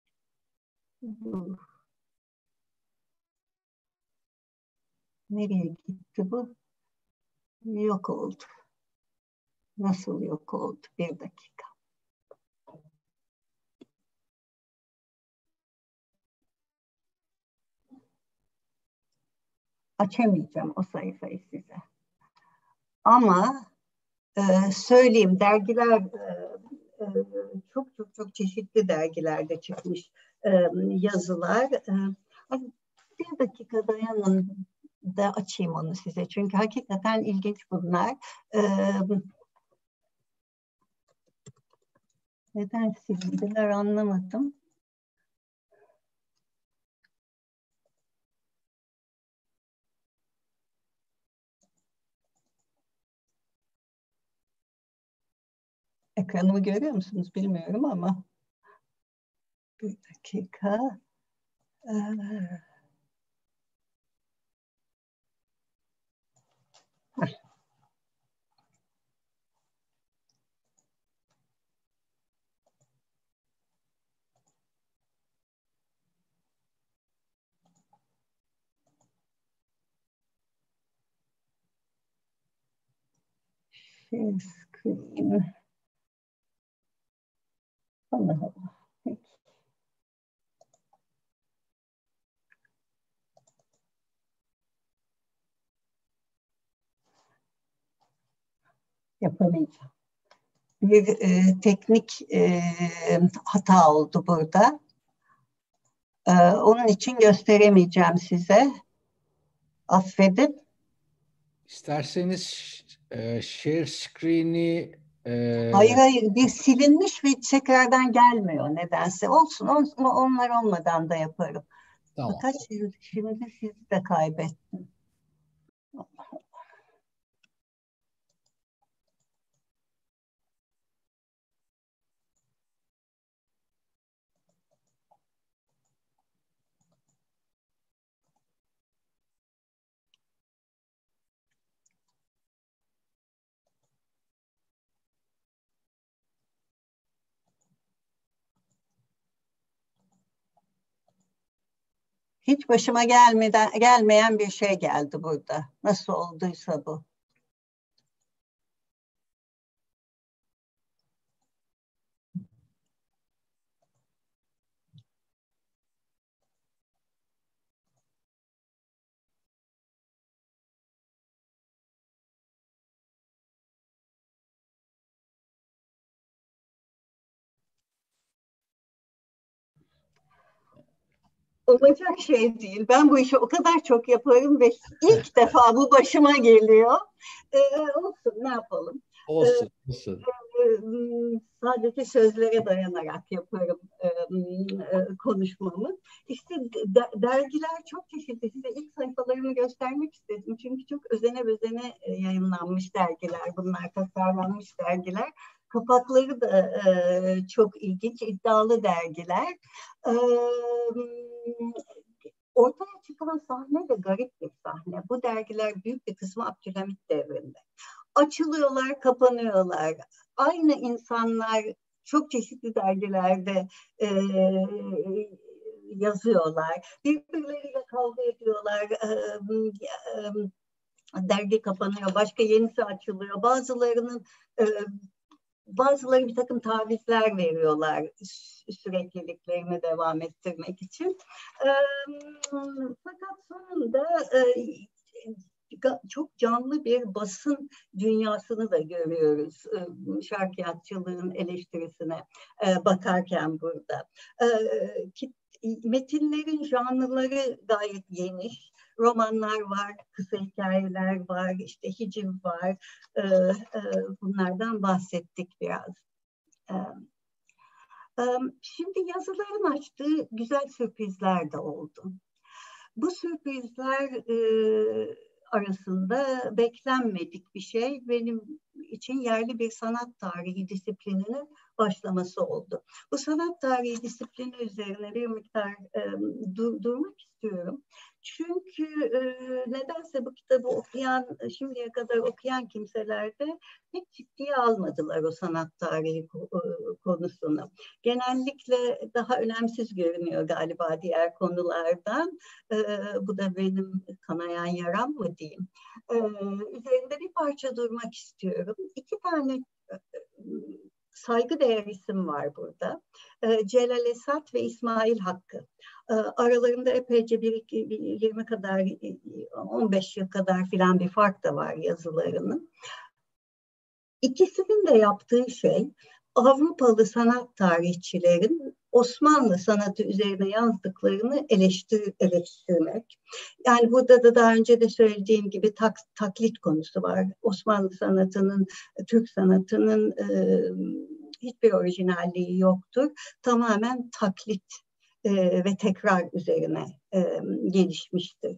Nereye gitti bu? Yok oldu. Nasıl yok oldu? Bir dakika. Açamayacağım o sayfayı size. Ama söyleyeyim, dergiler çok çeşitli dergilerde çıkmış yazılar. Bir dakika dayanın da açayım onu size. Çünkü hakikaten ilginç bunlar. Neden sildiler anlamadım. Ekranımı görüyor musunuz bilmiyorum ama. Bir dakika. Screen. Allah Allah. Yapamayacağım. Bir teknik hata oldu burada. Onun için gösteremeyeceğim size. Affedin. İsterseniz share screen'i Hayır, bir silinmiş ve tekrardan gelmiyor nedense. Olsun, onlar olmadan da yaparım. tamam. Fakat şimdi sizi de kaybettim. Hiç başıma gelmeyen bir şey geldi burada. Nasıl olduysa bu. Olacak şey değil. Ben bu işi o kadar çok yaparım ve ilk defa bu başıma geliyor. Olsun, ne yapalım? Olsun, olsun. Sadece sözlere dayanarak yaparım konuşmamı. İşte dergiler çok çeşitli. Size ilk sayfalarını göstermek istedim. Çünkü çok özene bezene yayınlanmış dergiler. Bunlar tasarlanmış dergiler. Kapakları da çok ilginç, iddialı dergiler. Ortaya çıkan sahne de garip bir sahne. Bu dergiler büyük bir kısmı Abdülhamit devrinde. Açılıyorlar, kapanıyorlar. Aynı insanlar çok çeşitli dergilerde yazıyorlar. Birbirleriyle kavga ediyorlar. Dergi kapanıyor, başka yenisi açılıyor. Bazıları bir takım tavizler veriyorlar sürekliliklerini devam ettirmek için. Fakat sonunda çok canlı bir basın dünyasını da görüyoruz. Şarkiyatçılığın eleştirisine bakarken burada. Metinlerin janrları gayet geniş. Romanlar var, kısa hikayeler var, işte hiciv var. Bunlardan bahsettik biraz. Şimdi yazıların açtığı güzel sürprizler de oldu. Bu sürprizler arasında beklenmedik bir şey benim için yerli bir sanat tarihi disiplininin başlaması oldu. Bu sanat tarihi disiplini üzerine bir miktar durmak istiyorum. Çünkü nedense bu kitabı şimdiye kadar okuyan kimselerde pek ciddiye almadılar o sanat tarihi konusunu. Genellikle daha önemsiz görünüyor galiba diğer konulardan. Bu da benim kanayan yaram mı diyeyim. Üzerinde bir parça durmak istiyorum. İki tane saygıdeğer isim var burada. Celal Esat ve İsmail Hakkı. Aralarında epeyce 20 kadar, 15 yıl kadar filan bir fark da var yazılarının. İkisinin de yaptığı şey Avrupalı sanat tarihçilerin Osmanlı sanatı üzerine yazdıklarını eleştirmek. Yani burada da daha önce de söylediğim gibi taklit konusu var. Osmanlı sanatının, Türk sanatının hiçbir orijinalliği yoktur. Tamamen taklit ve tekrar üzerine gelişmiştir.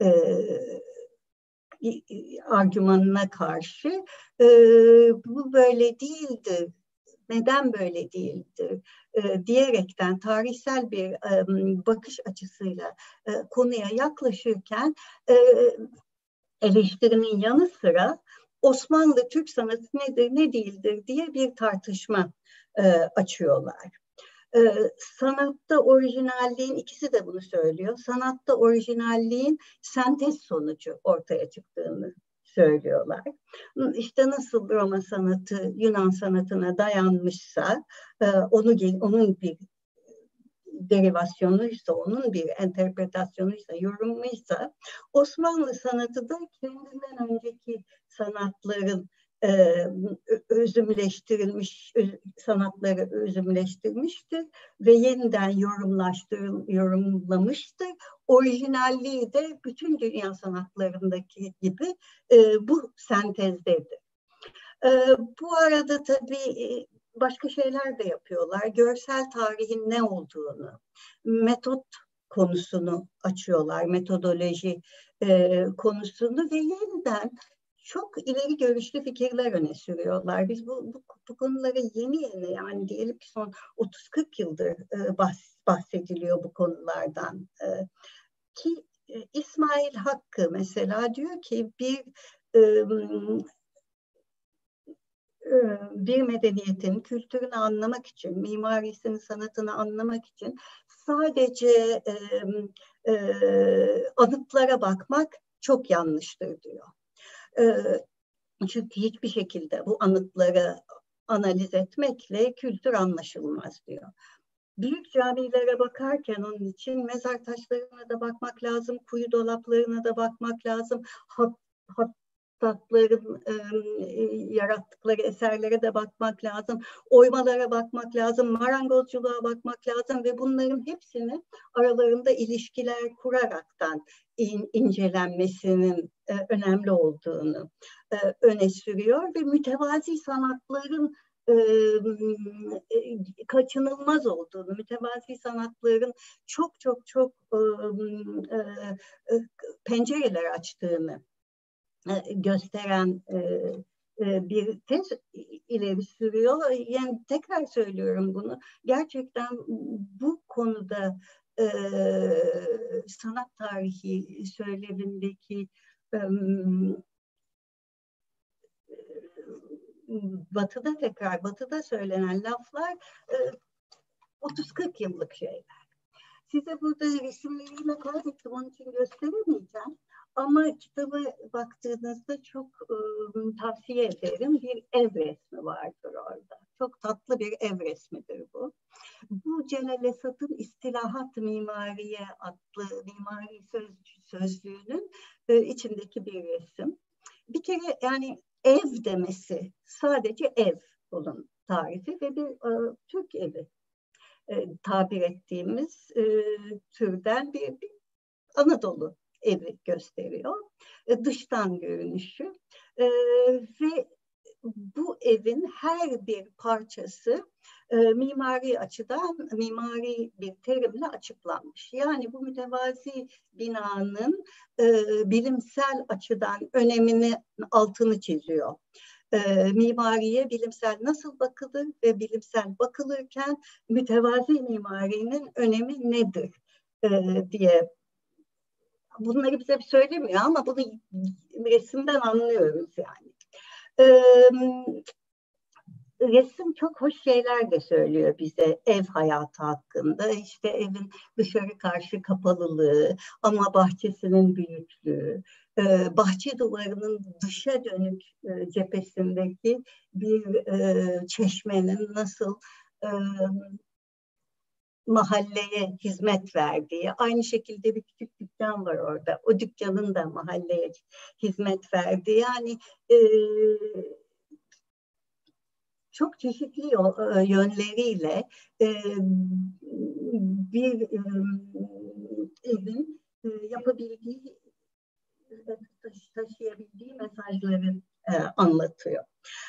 Argümanına karşı bu böyle değildir, neden böyle değildir diyerekten tarihsel bir bakış açısıyla konuya yaklaşırken eleştirinin yanı sıra Osmanlı Türk sanatı nedir, ne değildir diye bir tartışma açıyorlar. Sanatta orijinalliğin, ikisi de bunu söylüyor, sanatta orijinalliğin sentez sonucu ortaya çıktığını söylüyorlar. İşte nasıl Roma sanatı Yunan sanatına dayanmışsa, onun bir derivasyonuysa, onun bir enterpretasyonuysa, yorumuysa, Osmanlı sanatı da kendinden önceki sanatların özümleştirilmiş, sanatları özümleştirmiştir ve yeniden yorumlamıştır. Orijinalliği de bütün dünya sanatlarındaki gibi bu sentezdedir. Bu arada tabii başka şeyler de yapıyorlar. Görsel tarihin ne olduğunu, metot konusunu açıyorlar, metodoloji konusunu ve yeniden çok ileri görüşlü fikirler öne sürüyorlar. Biz bu konuları yeni yani diyelim ki son 30-40 yıldır bahsediliyor bu konulardan. Ki İsmail Hakkı mesela diyor ki bir medeniyetin kültürünü anlamak için, mimarisini, sanatını anlamak için sadece anıtlara bakmak çok yanlıştır diyor. Çünkü hiçbir şekilde bu anıtları analiz etmekle kültür anlaşılmaz diyor. Büyük camilere bakarken onun için mezar taşlarına da bakmak lazım, kuyu dolaplarına da bakmak lazım, hattatların yarattıkları eserlere de bakmak lazım, oymalara bakmak lazım, marangozculuğa bakmak lazım ve bunların hepsini aralarında ilişkiler kuraraktan incelenmesinin önemli olduğunu öne sürüyor ve mütevazi sanatların kaçınılmaz olduğunu, mütevazi sanatların çok pencereler açtığını gösteren bir tez ileri sürüyor. Yani tekrar söylüyorum bunu. Gerçekten bu konuda sanat tarihi söylemindeki Batı'da söylenen laflar 30-40 yıllık şeyler. Size burada resimleriyle kaydettim, onun için gösteremeyeceğim. Ama kitaba baktığınızda çok tavsiye ederim. Bir ev resmi vardır orada. Çok tatlı bir ev resmidir bu. Bu Celal Esat'ın İstilahat Mimariye adlı mimari sözlüğünün içindeki bir resim. Bir kere yani ev demesi sadece ev bunun tarifi ve bir Türk evi tabir ettiğimiz türden bir Anadolu evi gösteriyor. Dıştan görünüşü ve bu evin her bir parçası mimari açıdan mimari bir terimle açıklanmış. Yani bu mütevazi binanın bilimsel açıdan önemini altını çiziyor. Mimariye bilimsel nasıl bakılır ve bilimsel bakılırken mütevazi mimarinin önemi nedir diye. Bunları bize söylemiyor ama bunu resimden anlıyoruz yani. Resim çok hoş şeyler de söylüyor bize ev hayatı hakkında. İşte evin dışarı karşı kapalılığı ama bahçesinin büyüklüğü, bahçe duvarının dışa dönük cephesindeki bir çeşmenin nasıl mahalleye hizmet verdiği, aynı şekilde bir küçük dükkan var orada. O dükkanın da mahalleye hizmet verdiği, yani çok çeşitli yönleriyle bir evin yapabildiği, taşıyabildiği mesajları anlatıyor.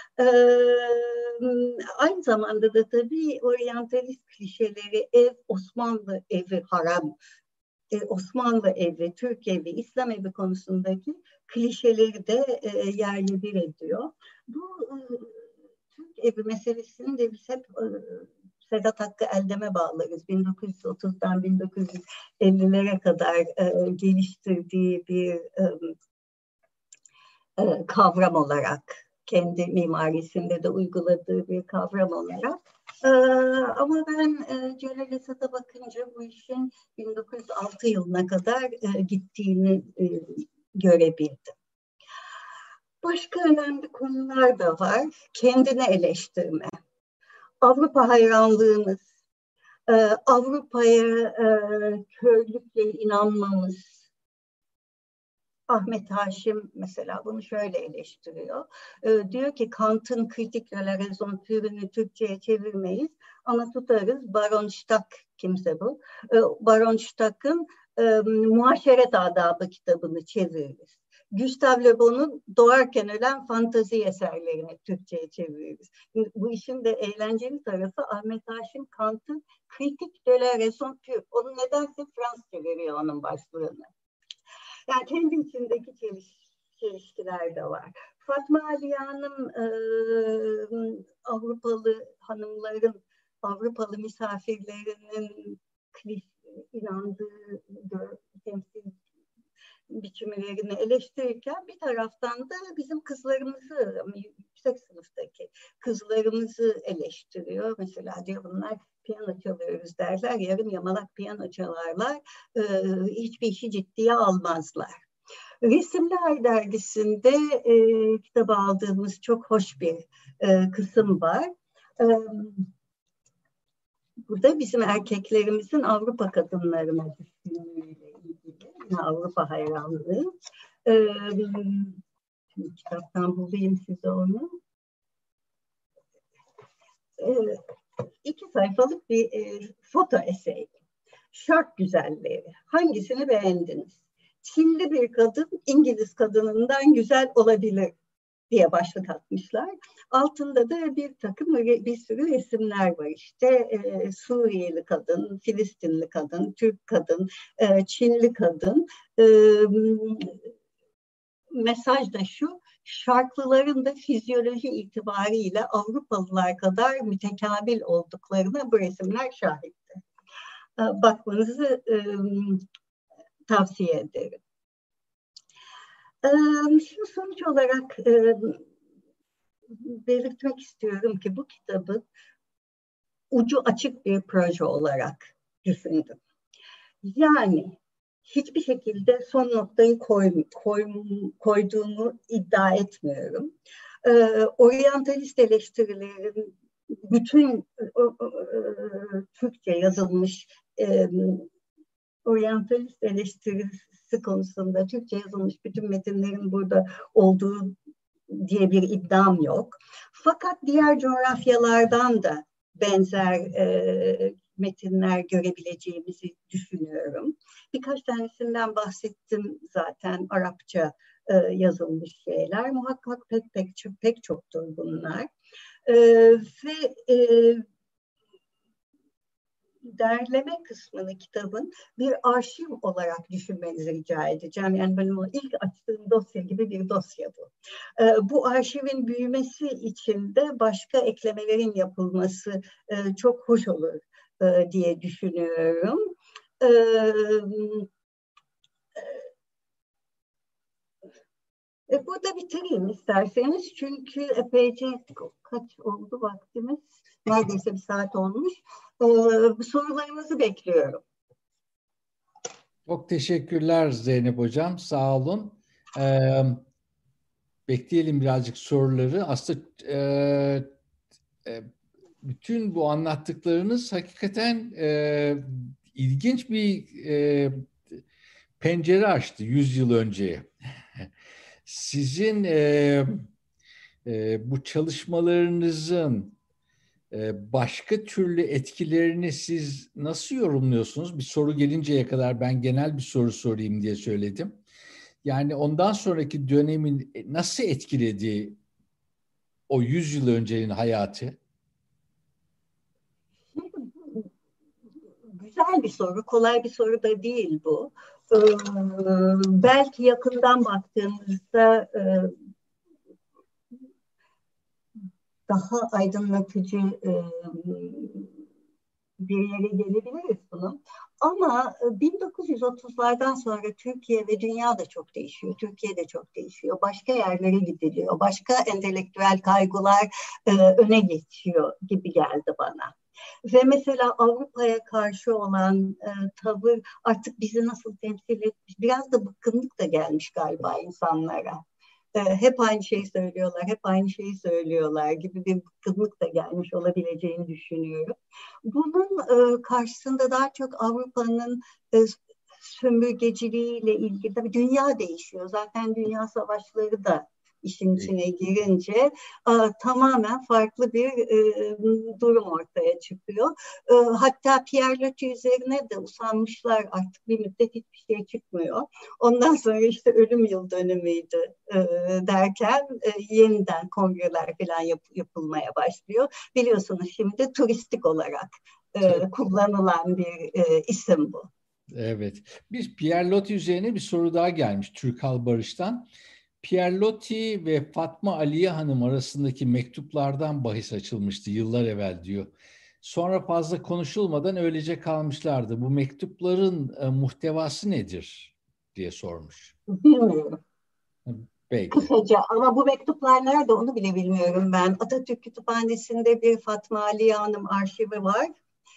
Aynı zamanda da tabii oryantalist klişeleri, ev, Osmanlı evi, harem, Osmanlı evi, Türk evi, İslam evi konusundaki klişeleri de yerle bir ediyor. Bu Türk evi meselesini de biz hep Sedat Hakkı Eldem'e bağlarız. 1930'dan 1950'lere kadar geliştirdiği bir kavram olarak, kendi mimarisinde de uyguladığı bir kavram olarak. Ama ben Celal Esat'a bakınca bu işin 1906 yılına kadar gittiğini görebildim. Başka önemli konular da var. Kendini eleştirme, Avrupa hayranlığımız, Avrupa'ya körlükle inanmamız, Ahmet Haşim mesela bunu şöyle eleştiriyor. Diyor ki Kant'ın Kritik de la raison pure'ünü Türkçe'ye çevirmeyiz ama tutarız. Baron Stack, kimse bu. Baron Stack'ın Muaşeret Adabı kitabını çeviririz. Gustave Le Bon'un Doğarken Ölen Fantazi eserlerini Türkçe'ye çeviririz. Şimdi bu işin de eğlenceli tarafı Ahmet Haşim Kant'ın Kritik de la raison pure. Onu nedense Fransızca veriyor onun başlığını. Yani kendi içindeki çelişkiler de var. Fatma Aliye Hanım Avrupalı hanımların, Avrupalı misafirlerinin inandığı temsil biçimlerini eleştirirken bir taraftan da bizim kızlarımızı, yüksek sınıftaki kızlarımızı eleştiriyor. Mesela diyor bunlar piyano çalıyoruz derler, yarım yamalak piyano çalarlar, hiçbir işi ciddiye almazlar. Resimli Ay dergisinde kitabı aldığımız çok hoş bir kısım var. Burada bizim erkeklerimizin Avrupa kadınlarına düşkünlüğüyle ilgili, Avrupa hayranlığı. Şimdi kitaptan bulayım size onu. 2 sayfalık bir foto esey. Şark güzelleri. Hangisini beğendiniz? Çinli bir kadın İngiliz kadınından güzel olabilir diye başlık atmışlar. Altında da bir sürü resimler var. İşte Suriyeli kadın, Filistinli kadın, Türk kadın, Çinli kadın. Mesaj da şu: şarklıların da fizyoloji itibariyle Avrupalılar kadar mütekamil olduklarına bu resimler şahitti. Bakmanızı tavsiye ederim. Şimdi sonuç olarak belirtmek istiyorum ki bu kitabı ucu açık bir proje olarak düşündüm. Yani hiçbir şekilde son noktayı koyduğumu iddia etmiyorum. Oryantalist eleştirilerin bütün Türkçe yazılmış oryantalist eleştirisi konusunda Türkçe yazılmış bütün metinlerin burada olduğu diye bir iddiam yok. Fakat diğer coğrafyalardan da benzer metinler görebileceğimizi düşünüyorum. Birkaç tanesinden bahsettim zaten, Arapça yazılmış şeyler. Muhakkak pek çoktur bunlar. Ve derleme kısmını kitabın bir arşiv olarak düşünmenizi rica edeceğim. Yani benim ilk açtığım dosya gibi bir dosya bu. Bu arşivin büyümesi için de başka eklemelerin yapılması çok hoş olur diye düşünüyorum. Burada bitireyim isterseniz. Çünkü epeyce kaç oldu vaktimiz? Neredeyse 1 saat olmuş. Sorularınızı bekliyorum. Çok teşekkürler Zeynep Hocam. Sağ olun. Bekleyelim birazcık soruları. Aslında bütün bu anlattıklarınız hakikaten ilginç bir pencere açtı 100 yıl önceye. Sizin bu çalışmalarınızın başka türlü etkilerini siz nasıl yorumluyorsunuz? Bir soru gelinceye kadar ben genel bir soru sorayım diye söyledim. Yani ondan sonraki dönemin nasıl etkiledi o 100 yıl öncenin hayatı? Güzel bir soru, kolay bir soru da değil bu. Belki yakından baktığımızda daha aydınlatıcı bir yere gelebiliriz bunun. Ama 1930'lardan sonra Türkiye ve dünya da çok değişiyor. Türkiye de çok değişiyor. Başka yerlere gidiliyor. Başka entelektüel kaygılar öne geçiyor gibi geldi bana. Ve mesela Avrupa'ya karşı olan tavır artık bizi nasıl temsil etmiş, biraz da bıkkınlık da gelmiş galiba insanlara. Hep aynı şeyi söylüyorlar, hep aynı şeyi söylüyorlar gibi bir bıkkınlık da gelmiş olabileceğini düşünüyorum. Bunun karşısında daha çok Avrupa'nın sömürgeciliğiyle ilgili tabii dünya değişiyor. Zaten dünya savaşları da işin içine girince tamamen farklı bir durum ortaya çıkıyor. Hatta Pierre Loti üzerine de usanmışlar, artık bir müddet hiçbir şey çıkmıyor. Ondan sonra işte ölüm yıl dönümüydü derken yeniden kongreler falan yapılmaya başlıyor. Biliyorsunuz şimdi turistik olarak kullanılan bir isim bu. Evet. Bir Pierre Loti üzerine bir soru daha gelmiş Türk Halk Barış'tan. Pierre Loti ve Fatma Aliye Hanım arasındaki mektuplardan bahis açılmıştı yıllar evvel diyor. Sonra fazla konuşulmadan öylece kalmışlardı. Bu mektupların muhtevası nedir diye sormuş. Bilmiyorum. Belki. Kısaca, ama bu mektuplar nerede onu bile bilmiyorum ben. Atatürk Kütüphanesi'nde bir Fatma Aliye Hanım arşivi var.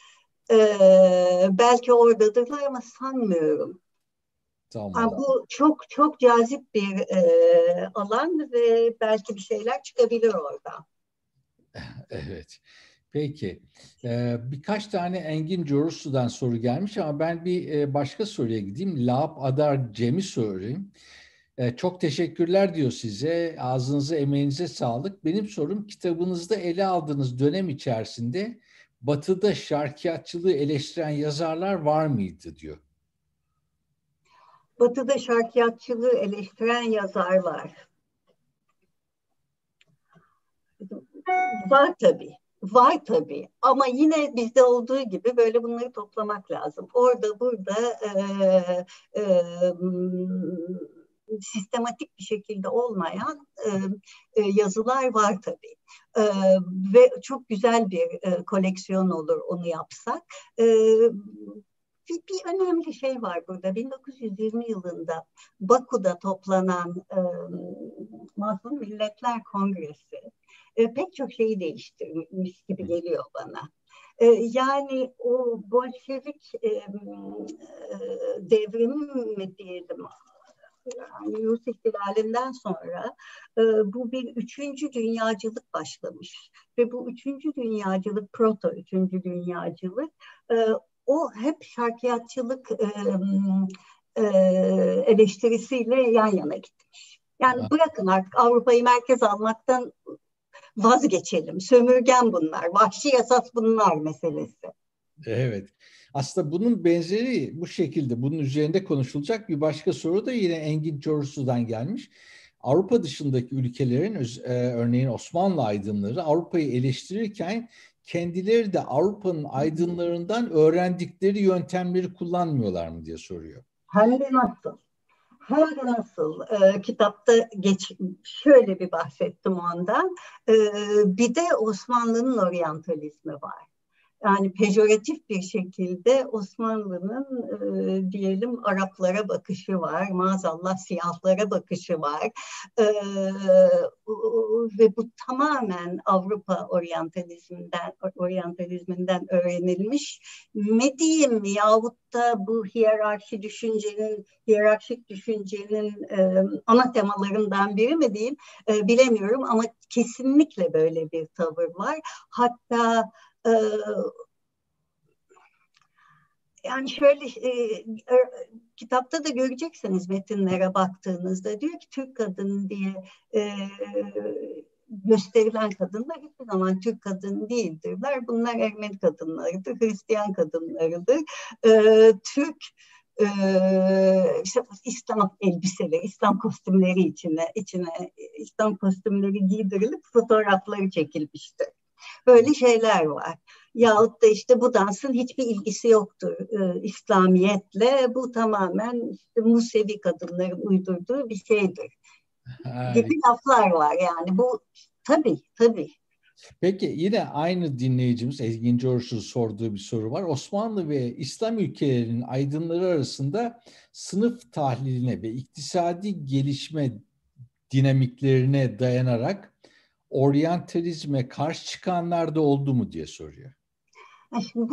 Belki oradadırlar ama sanmıyorum. Tamam. Bu çok çok cazip bir alan ve belki bir şeyler çıkabilir orada. Evet. Peki. Birkaç tane Engin Corusu'dan soru gelmiş ama ben bir başka soruya gideyim. Laap Adar Cem'i sorayım. Çok teşekkürler diyor size. Ağzınıza, emeğinize sağlık. Benim sorum, kitabınızda ele aldığınız dönem içerisinde Batı'da şarkiyatçılığı eleştiren yazarlar var mıydı diyor. Batı'da şarkiyatçılığı eleştiren yazarlar. Var tabii. Var tabii. Ama yine bizde olduğu gibi böyle bunları toplamak lazım. Orada burada sistematik bir şekilde olmayan yazılar var tabii. Ve çok güzel bir koleksiyon olur onu yapsak. Bir önemli şey var burada. 1920 yılında Baku'da toplanan Mazlum Milletler Kongresi pek çok şeyi değiştirmiş gibi geliyor bana. Yani o Bolşevik devrimi mi diyelim, yani Rus ihtilalinden sonra bu bir üçüncü dünyacılık başlamış. Ve bu üçüncü dünyacılık, proto üçüncü dünyacılık, o hep şarkiyatçılık eleştirisiyle yan yana gitmiş. Yani bırakın artık Avrupa'yı merkez almaktan vazgeçelim. Sömürgen bunlar, vahşi esas bunlar meselesi. Evet. Aslında bunun benzeri bu şekilde, bunun üzerinde konuşulacak bir başka soru da yine Engin Corusu'dan gelmiş. Avrupa dışındaki ülkelerin örneğin Osmanlı aydınları Avrupa'yı eleştirirken kendileri de Avrupa'nın aydınlarından öğrendikleri yöntemleri kullanmıyorlar mı diye soruyor. Hem de nasıl? Hem de nasıl? Kitapta şöyle bir bahsettim ondan. Bir de Osmanlı'nın oryantalizmi var. Yani pejoratif bir şekilde Osmanlı'nın diyelim Araplara bakışı var, maazallah siyahlara bakışı var. Ve bu tamamen Avrupa oryantalizminden öğrenilmiş mi diyeyim, yahut da bu hiyerarşik düşüncenin ana temalarından biri mi diyeyim, bilemiyorum ama kesinlikle böyle bir tavır var. Hatta yani şöyle kitapta da göreceksiniz metinlere baktığınızda, diyor ki Türk kadını diye gösterilen kadınlar hiçbir zaman Türk kadını değildirler. Bunlar Ermeni kadınlarıdır, Hristiyan kadınlarıdır. Türk işte İslam elbiseleri, İslam kostümleri içine İslam kostümleri giydirilip fotoğrafları çekilmiştir. Böyle şeyler var. Yahut da işte bu dansın hiçbir ilgisi yoktur İslamiyetle. Bu tamamen işte Musevi kadınların uydurduğu bir şeydir. Gibi laflar var yani. Bu tabii. Peki yine aynı dinleyicimiz Engin Corusu'nun sorduğu bir soru var. Osmanlı ve İslam ülkelerinin aydınları arasında sınıf tahliline ve iktisadi gelişme dinamiklerine dayanarak oryantalizme karşı çıkanlar da oldu mu diye soruyor. Şimdi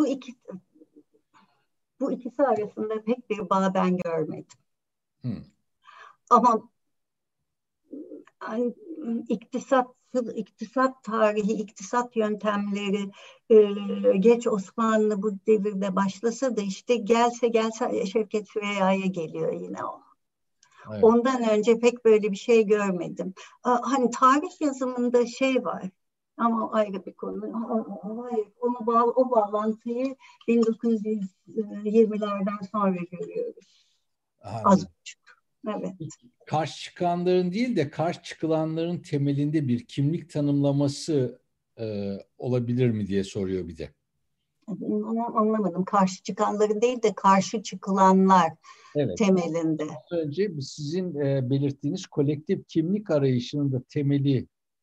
bu ikisi arasında pek bir bağ ben görmedim. Ama yani, iktisat iktisat tarihi, iktisat yöntemleri geç Osmanlı bu devirde başlasa da işte gelse Şevket Süreyya'ya geliyor yine o. Evet. Ondan önce pek böyle bir şey görmedim. Hani tarih yazımında şey var ama ayrı bir konu. Hayır, o bağlantıyı 1920'lerden sonra görüyoruz. Az buçuk. Evet. Karşı çıkanların değil de karşı çıkılanların temelinde bir kimlik tanımlaması olabilir mi diye soruyor bir de. Onu anlamadım. Karşı çıkanların değil de karşı çıkılanlar temelinde. Az önce sizin belirttiğiniz kolektif kimlik arayışının da temeli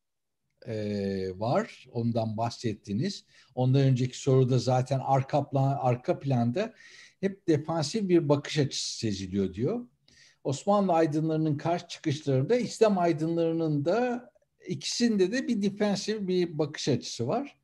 var. Ondan bahsettiniz. Ondan önceki soruda zaten arka planda hep defansif bir bakış açısı seziliyor diyor. Osmanlı aydınlarının karşı çıkışlarında İslam aydınlarının da ikisinde de bir defansif bir bakış açısı var.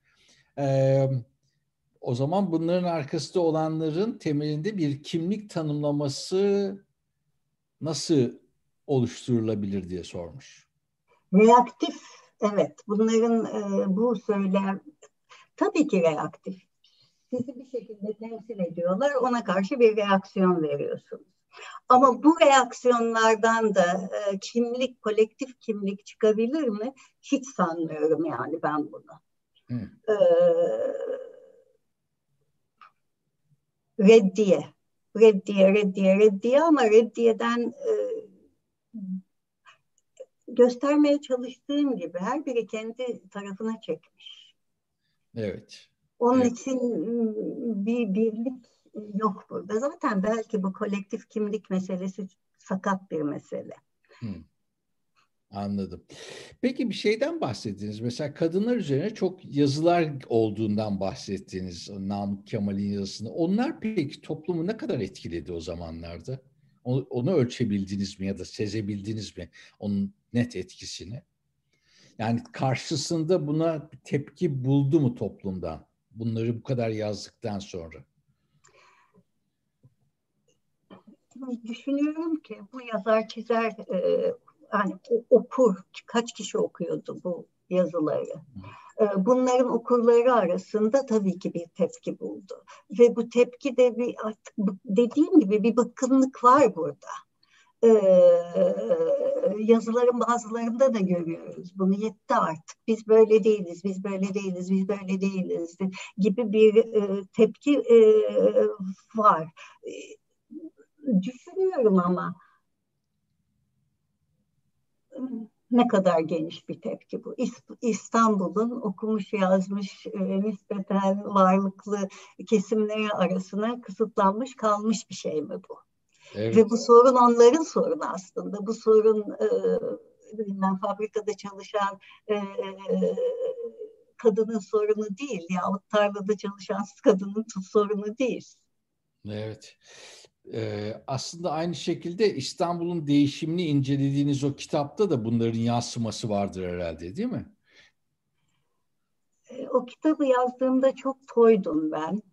O zaman bunların arkasında olanların temelinde bir kimlik tanımlaması nasıl oluşturulabilir diye sormuş. Reaktif, evet. Bunların bu söylem tabii ki reaktif. Sizi bir şekilde temsil ediyorlar, ona karşı bir reaksiyon veriyorsunuz. Ama bu reaksiyonlardan da kolektif kimlik çıkabilir mi? Hiç sanmıyorum yani ben bunu. Reddiye ama reddiyeden göstermeye çalıştığım gibi her biri kendi tarafına çekmiş. Evet. Onun için bir birlik yok burada. Zaten belki bu kolektif kimlik meselesi sakat bir mesele. Anladım. Peki bir şeyden bahsettiniz. Mesela kadınlar üzerine çok yazılar olduğundan bahsettiniz. Namık Kemal'in yazısını. Onlar peki toplumu ne kadar etkiledi o zamanlarda? Onu ölçebildiniz mi ya da sezebildiniz mi? Onun net etkisini. Yani karşısında buna tepki buldu mu toplumdan? Bunları bu kadar yazdıktan sonra. Düşünüyorum ki bu yazar çizer yani okur, kaç kişi okuyordu bu yazıları? Bunların okurları arasında tabii ki bir tepki buldu. Ve bu tepki de artık dediğim gibi bir bıkkınlık var burada. Yazıların bazılarında da görüyoruz. Bunu yetti artık. Biz böyle değiliz, biz böyle değiliz, biz böyle değiliz gibi bir tepki var. Düşünüyorum ama ne kadar geniş bir tepki bu. İstanbul'un okumuş yazmış nispeten varlıklı kesimleri arasına kısıtlanmış kalmış bir şey mi bu? Evet. Ve bu sorun onların sorunu aslında. Bu sorun fabrikada çalışan kadının sorunu değil yahut tarlada çalışan kadının sorunu değil. Evet. Aslında aynı şekilde İstanbul'un değişimini incelediğiniz o kitapta da bunların yansıması vardır herhalde, değil mi? O kitabı yazdığımda çok toydum ben.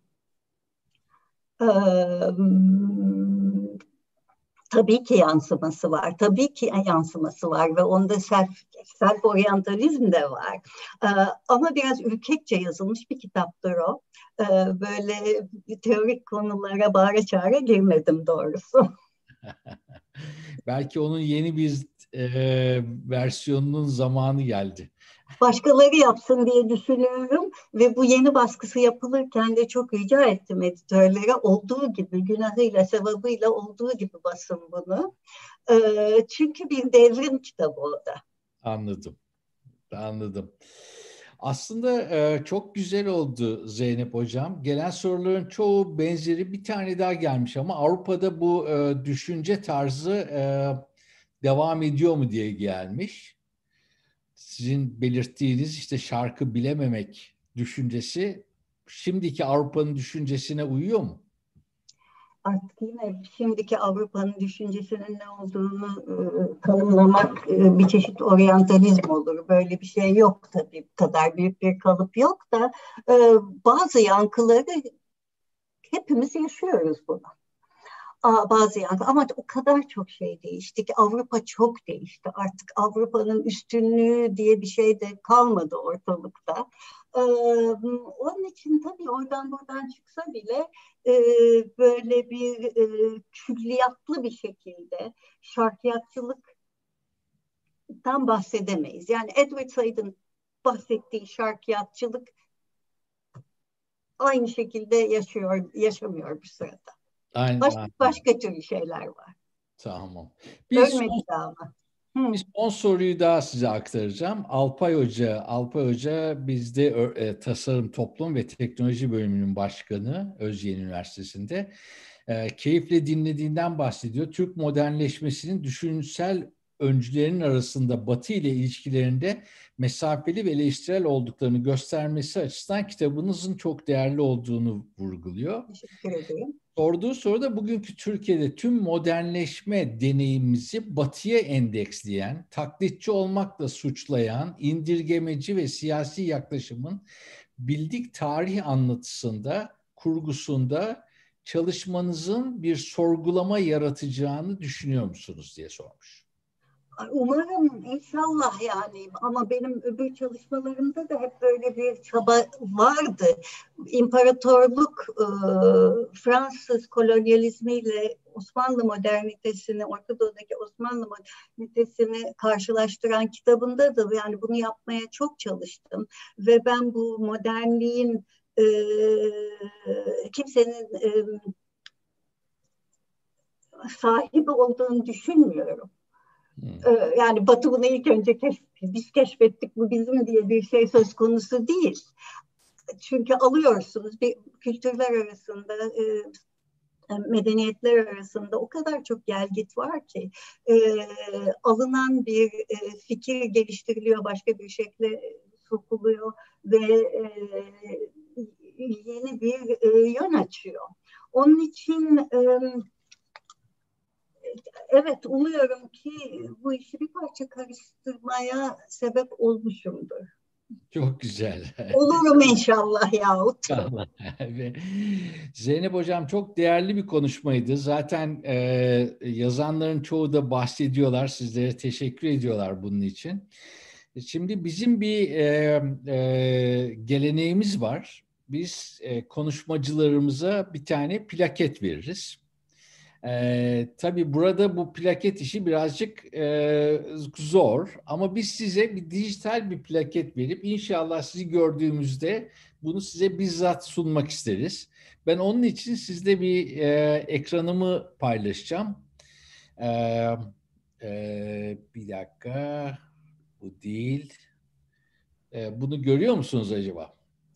Tabii ki yansıması var. Tabii ki yansıması var ve onda self-oryantalizm de var. Ama biraz ürkekçe yazılmış bir kitaptır o. Böyle teorik konulara bağıra çağıra girmedim doğrusu. Belki onun yeni bir versiyonunun zamanı geldi. Başkaları yapsın diye düşünüyorum ve bu yeni baskısı yapılırken de çok rica ettim editörlere olduğu gibi günahıyla sevabıyla olduğu gibi basın bunu. Çünkü bir devrim kitabı o da. Anladım. Aslında çok güzel oldu Zeynep Hocam. Gelen soruların çoğu benzeri, bir tane daha gelmiş ama Avrupa'da bu düşünce tarzı devam ediyor mu diye gelmiş. Sizin belirttiğiniz işte şarkı bilememek düşüncesi şimdiki Avrupa'nın düşüncesine uyuyor mu? Artık yine şimdiki Avrupa'nın düşüncesinin ne olduğunu tanımlamak bir çeşit oryantalizm olur. Böyle bir şey yok tabii, bu kadar büyük bir kalıp yok da bazı yankıları hepimiz yaşıyoruz bunu. Bazı yankı ama o kadar çok şey değişti ki Avrupa çok değişti. Artık Avrupa'nın üstünlüğü diye bir şey de kalmadı ortalıkta. Onun için tabii oradan buradan çıksa bile e, böyle bir külliyatlı bir şekilde şarkiyatçılıktan bahsedemeyiz. Yani Edward Said'in bahsettiği şarkiyatçılık aynı şekilde yaşamıyor bu sırada. Aynen. Başka türlü şeyler var. Tamam. Ölmedi daha ama. Bir son soruyu daha size aktaracağım. Alpay Hoca bizde Tasarım Toplum ve Teknoloji Bölümünün başkanı Özyeğin Üniversitesi'nde. Keyifle dinlediğinden bahsediyor. Türk modernleşmesinin düşünsel öncülerin arasında Batı ile ilişkilerinde mesafeli ve eleştirel olduklarını göstermesi açısından kitabınızın çok değerli olduğunu vurguluyor. Teşekkür ederim. Sorduğu soruda bugünkü Türkiye'de tüm modernleşme deneyimimizi batıya endeksleyen, taklitçi olmakla suçlayan, indirgemeci ve siyasi yaklaşımın bildik tarih anlatısında, kurgusunda çalışmanızın bir sorgulama yaratacağını düşünüyor musunuz diye sormuş. Umarım inşallah yani ama benim öbür çalışmalarımda da hep böyle bir çaba vardı. İmparatorluk Fransız kolonyalizmiyle Osmanlı modernitesini, Orta Doğu'daki Osmanlı modernitesini karşılaştıran kitabında da yani bunu yapmaya çok çalıştım. Ve ben bu modernliğin kimsenin sahibi olduğunu düşünmüyorum. Yani Batı bunu ilk önce biz keşfettik, bu bizim diye bir şey söz konusu değil. Çünkü alıyorsunuz bir kültürler arasında, medeniyetler arasında o kadar çok gelgit var ki alınan bir fikir geliştiriliyor, başka bir şekle sokuluyor ve yeni bir yön açıyor. Onun için evet, umuyorum ki bu işi bir parça karıştırmaya sebep olmuşumdur. Çok güzel. Olurum inşallah yahut. Zeynep Hocam çok değerli bir konuşmaydı. Zaten yazanların çoğu da bahsediyorlar. Sizlere teşekkür ediyorlar bunun için. Şimdi bizim bir geleneğimiz var. Biz konuşmacılarımıza bir tane plaket veririz. Tabii burada bu plaket işi birazcık zor ama biz size bir dijital bir plaket verip inşallah sizi gördüğümüzde bunu size bizzat sunmak isteriz. Ben onun için sizde bir ekranımı paylaşacağım. Ee, bir dakika, bu değil. Bunu görüyor musunuz acaba?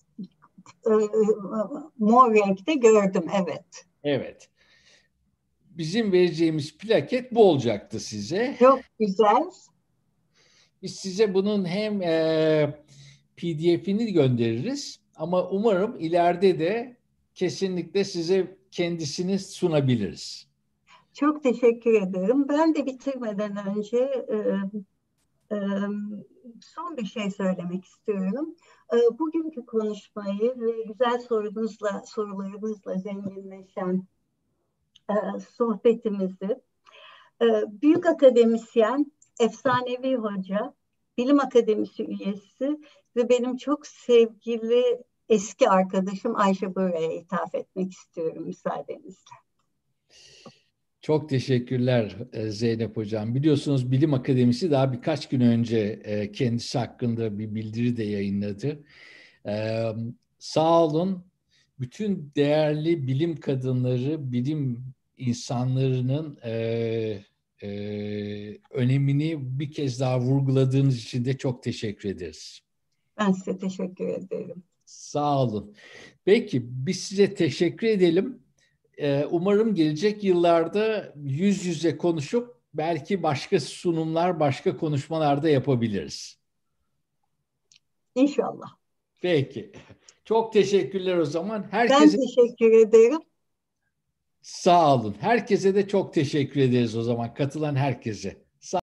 Mor renkte gördüm, evet. Evet. Bizim vereceğimiz plaket bu olacaktı size. Çok güzel. Biz size bunun hem PDF'ini göndeririz ama umarım ileride de kesinlikle size kendisini sunabiliriz. Çok teşekkür ederim. Ben de bitirmeden önce e, son bir şey söylemek istiyorum. Bugünkü konuşmayı ve güzel sorularınızla zenginleşen sohbetimizi büyük akademisyen, efsanevi hoca, bilim akademisi üyesi ve benim çok sevgili eski arkadaşım Ayşe Börü'ye ithaf etmek istiyorum müsaadenizle. Çok teşekkürler Zeynep Hocam. Biliyorsunuz Bilim Akademisi daha birkaç gün önce kendisi hakkında bir bildiri de yayınladı. Sağ olun. Bütün değerli bilim kadınları, bilim insanlarının önemini bir kez daha vurguladığınız için de çok teşekkür ederiz. Ben size teşekkür ederim. Sağ olun. Peki biz size teşekkür edelim. Umarım gelecek yıllarda yüz yüze konuşup belki başka sunumlar, başka konuşmalar da yapabiliriz. İnşallah. Peki. Çok teşekkürler o zaman. Ben Herkese teşekkür ederim. sağ olun. Herkese de çok teşekkür ederiz o zaman katılan herkese.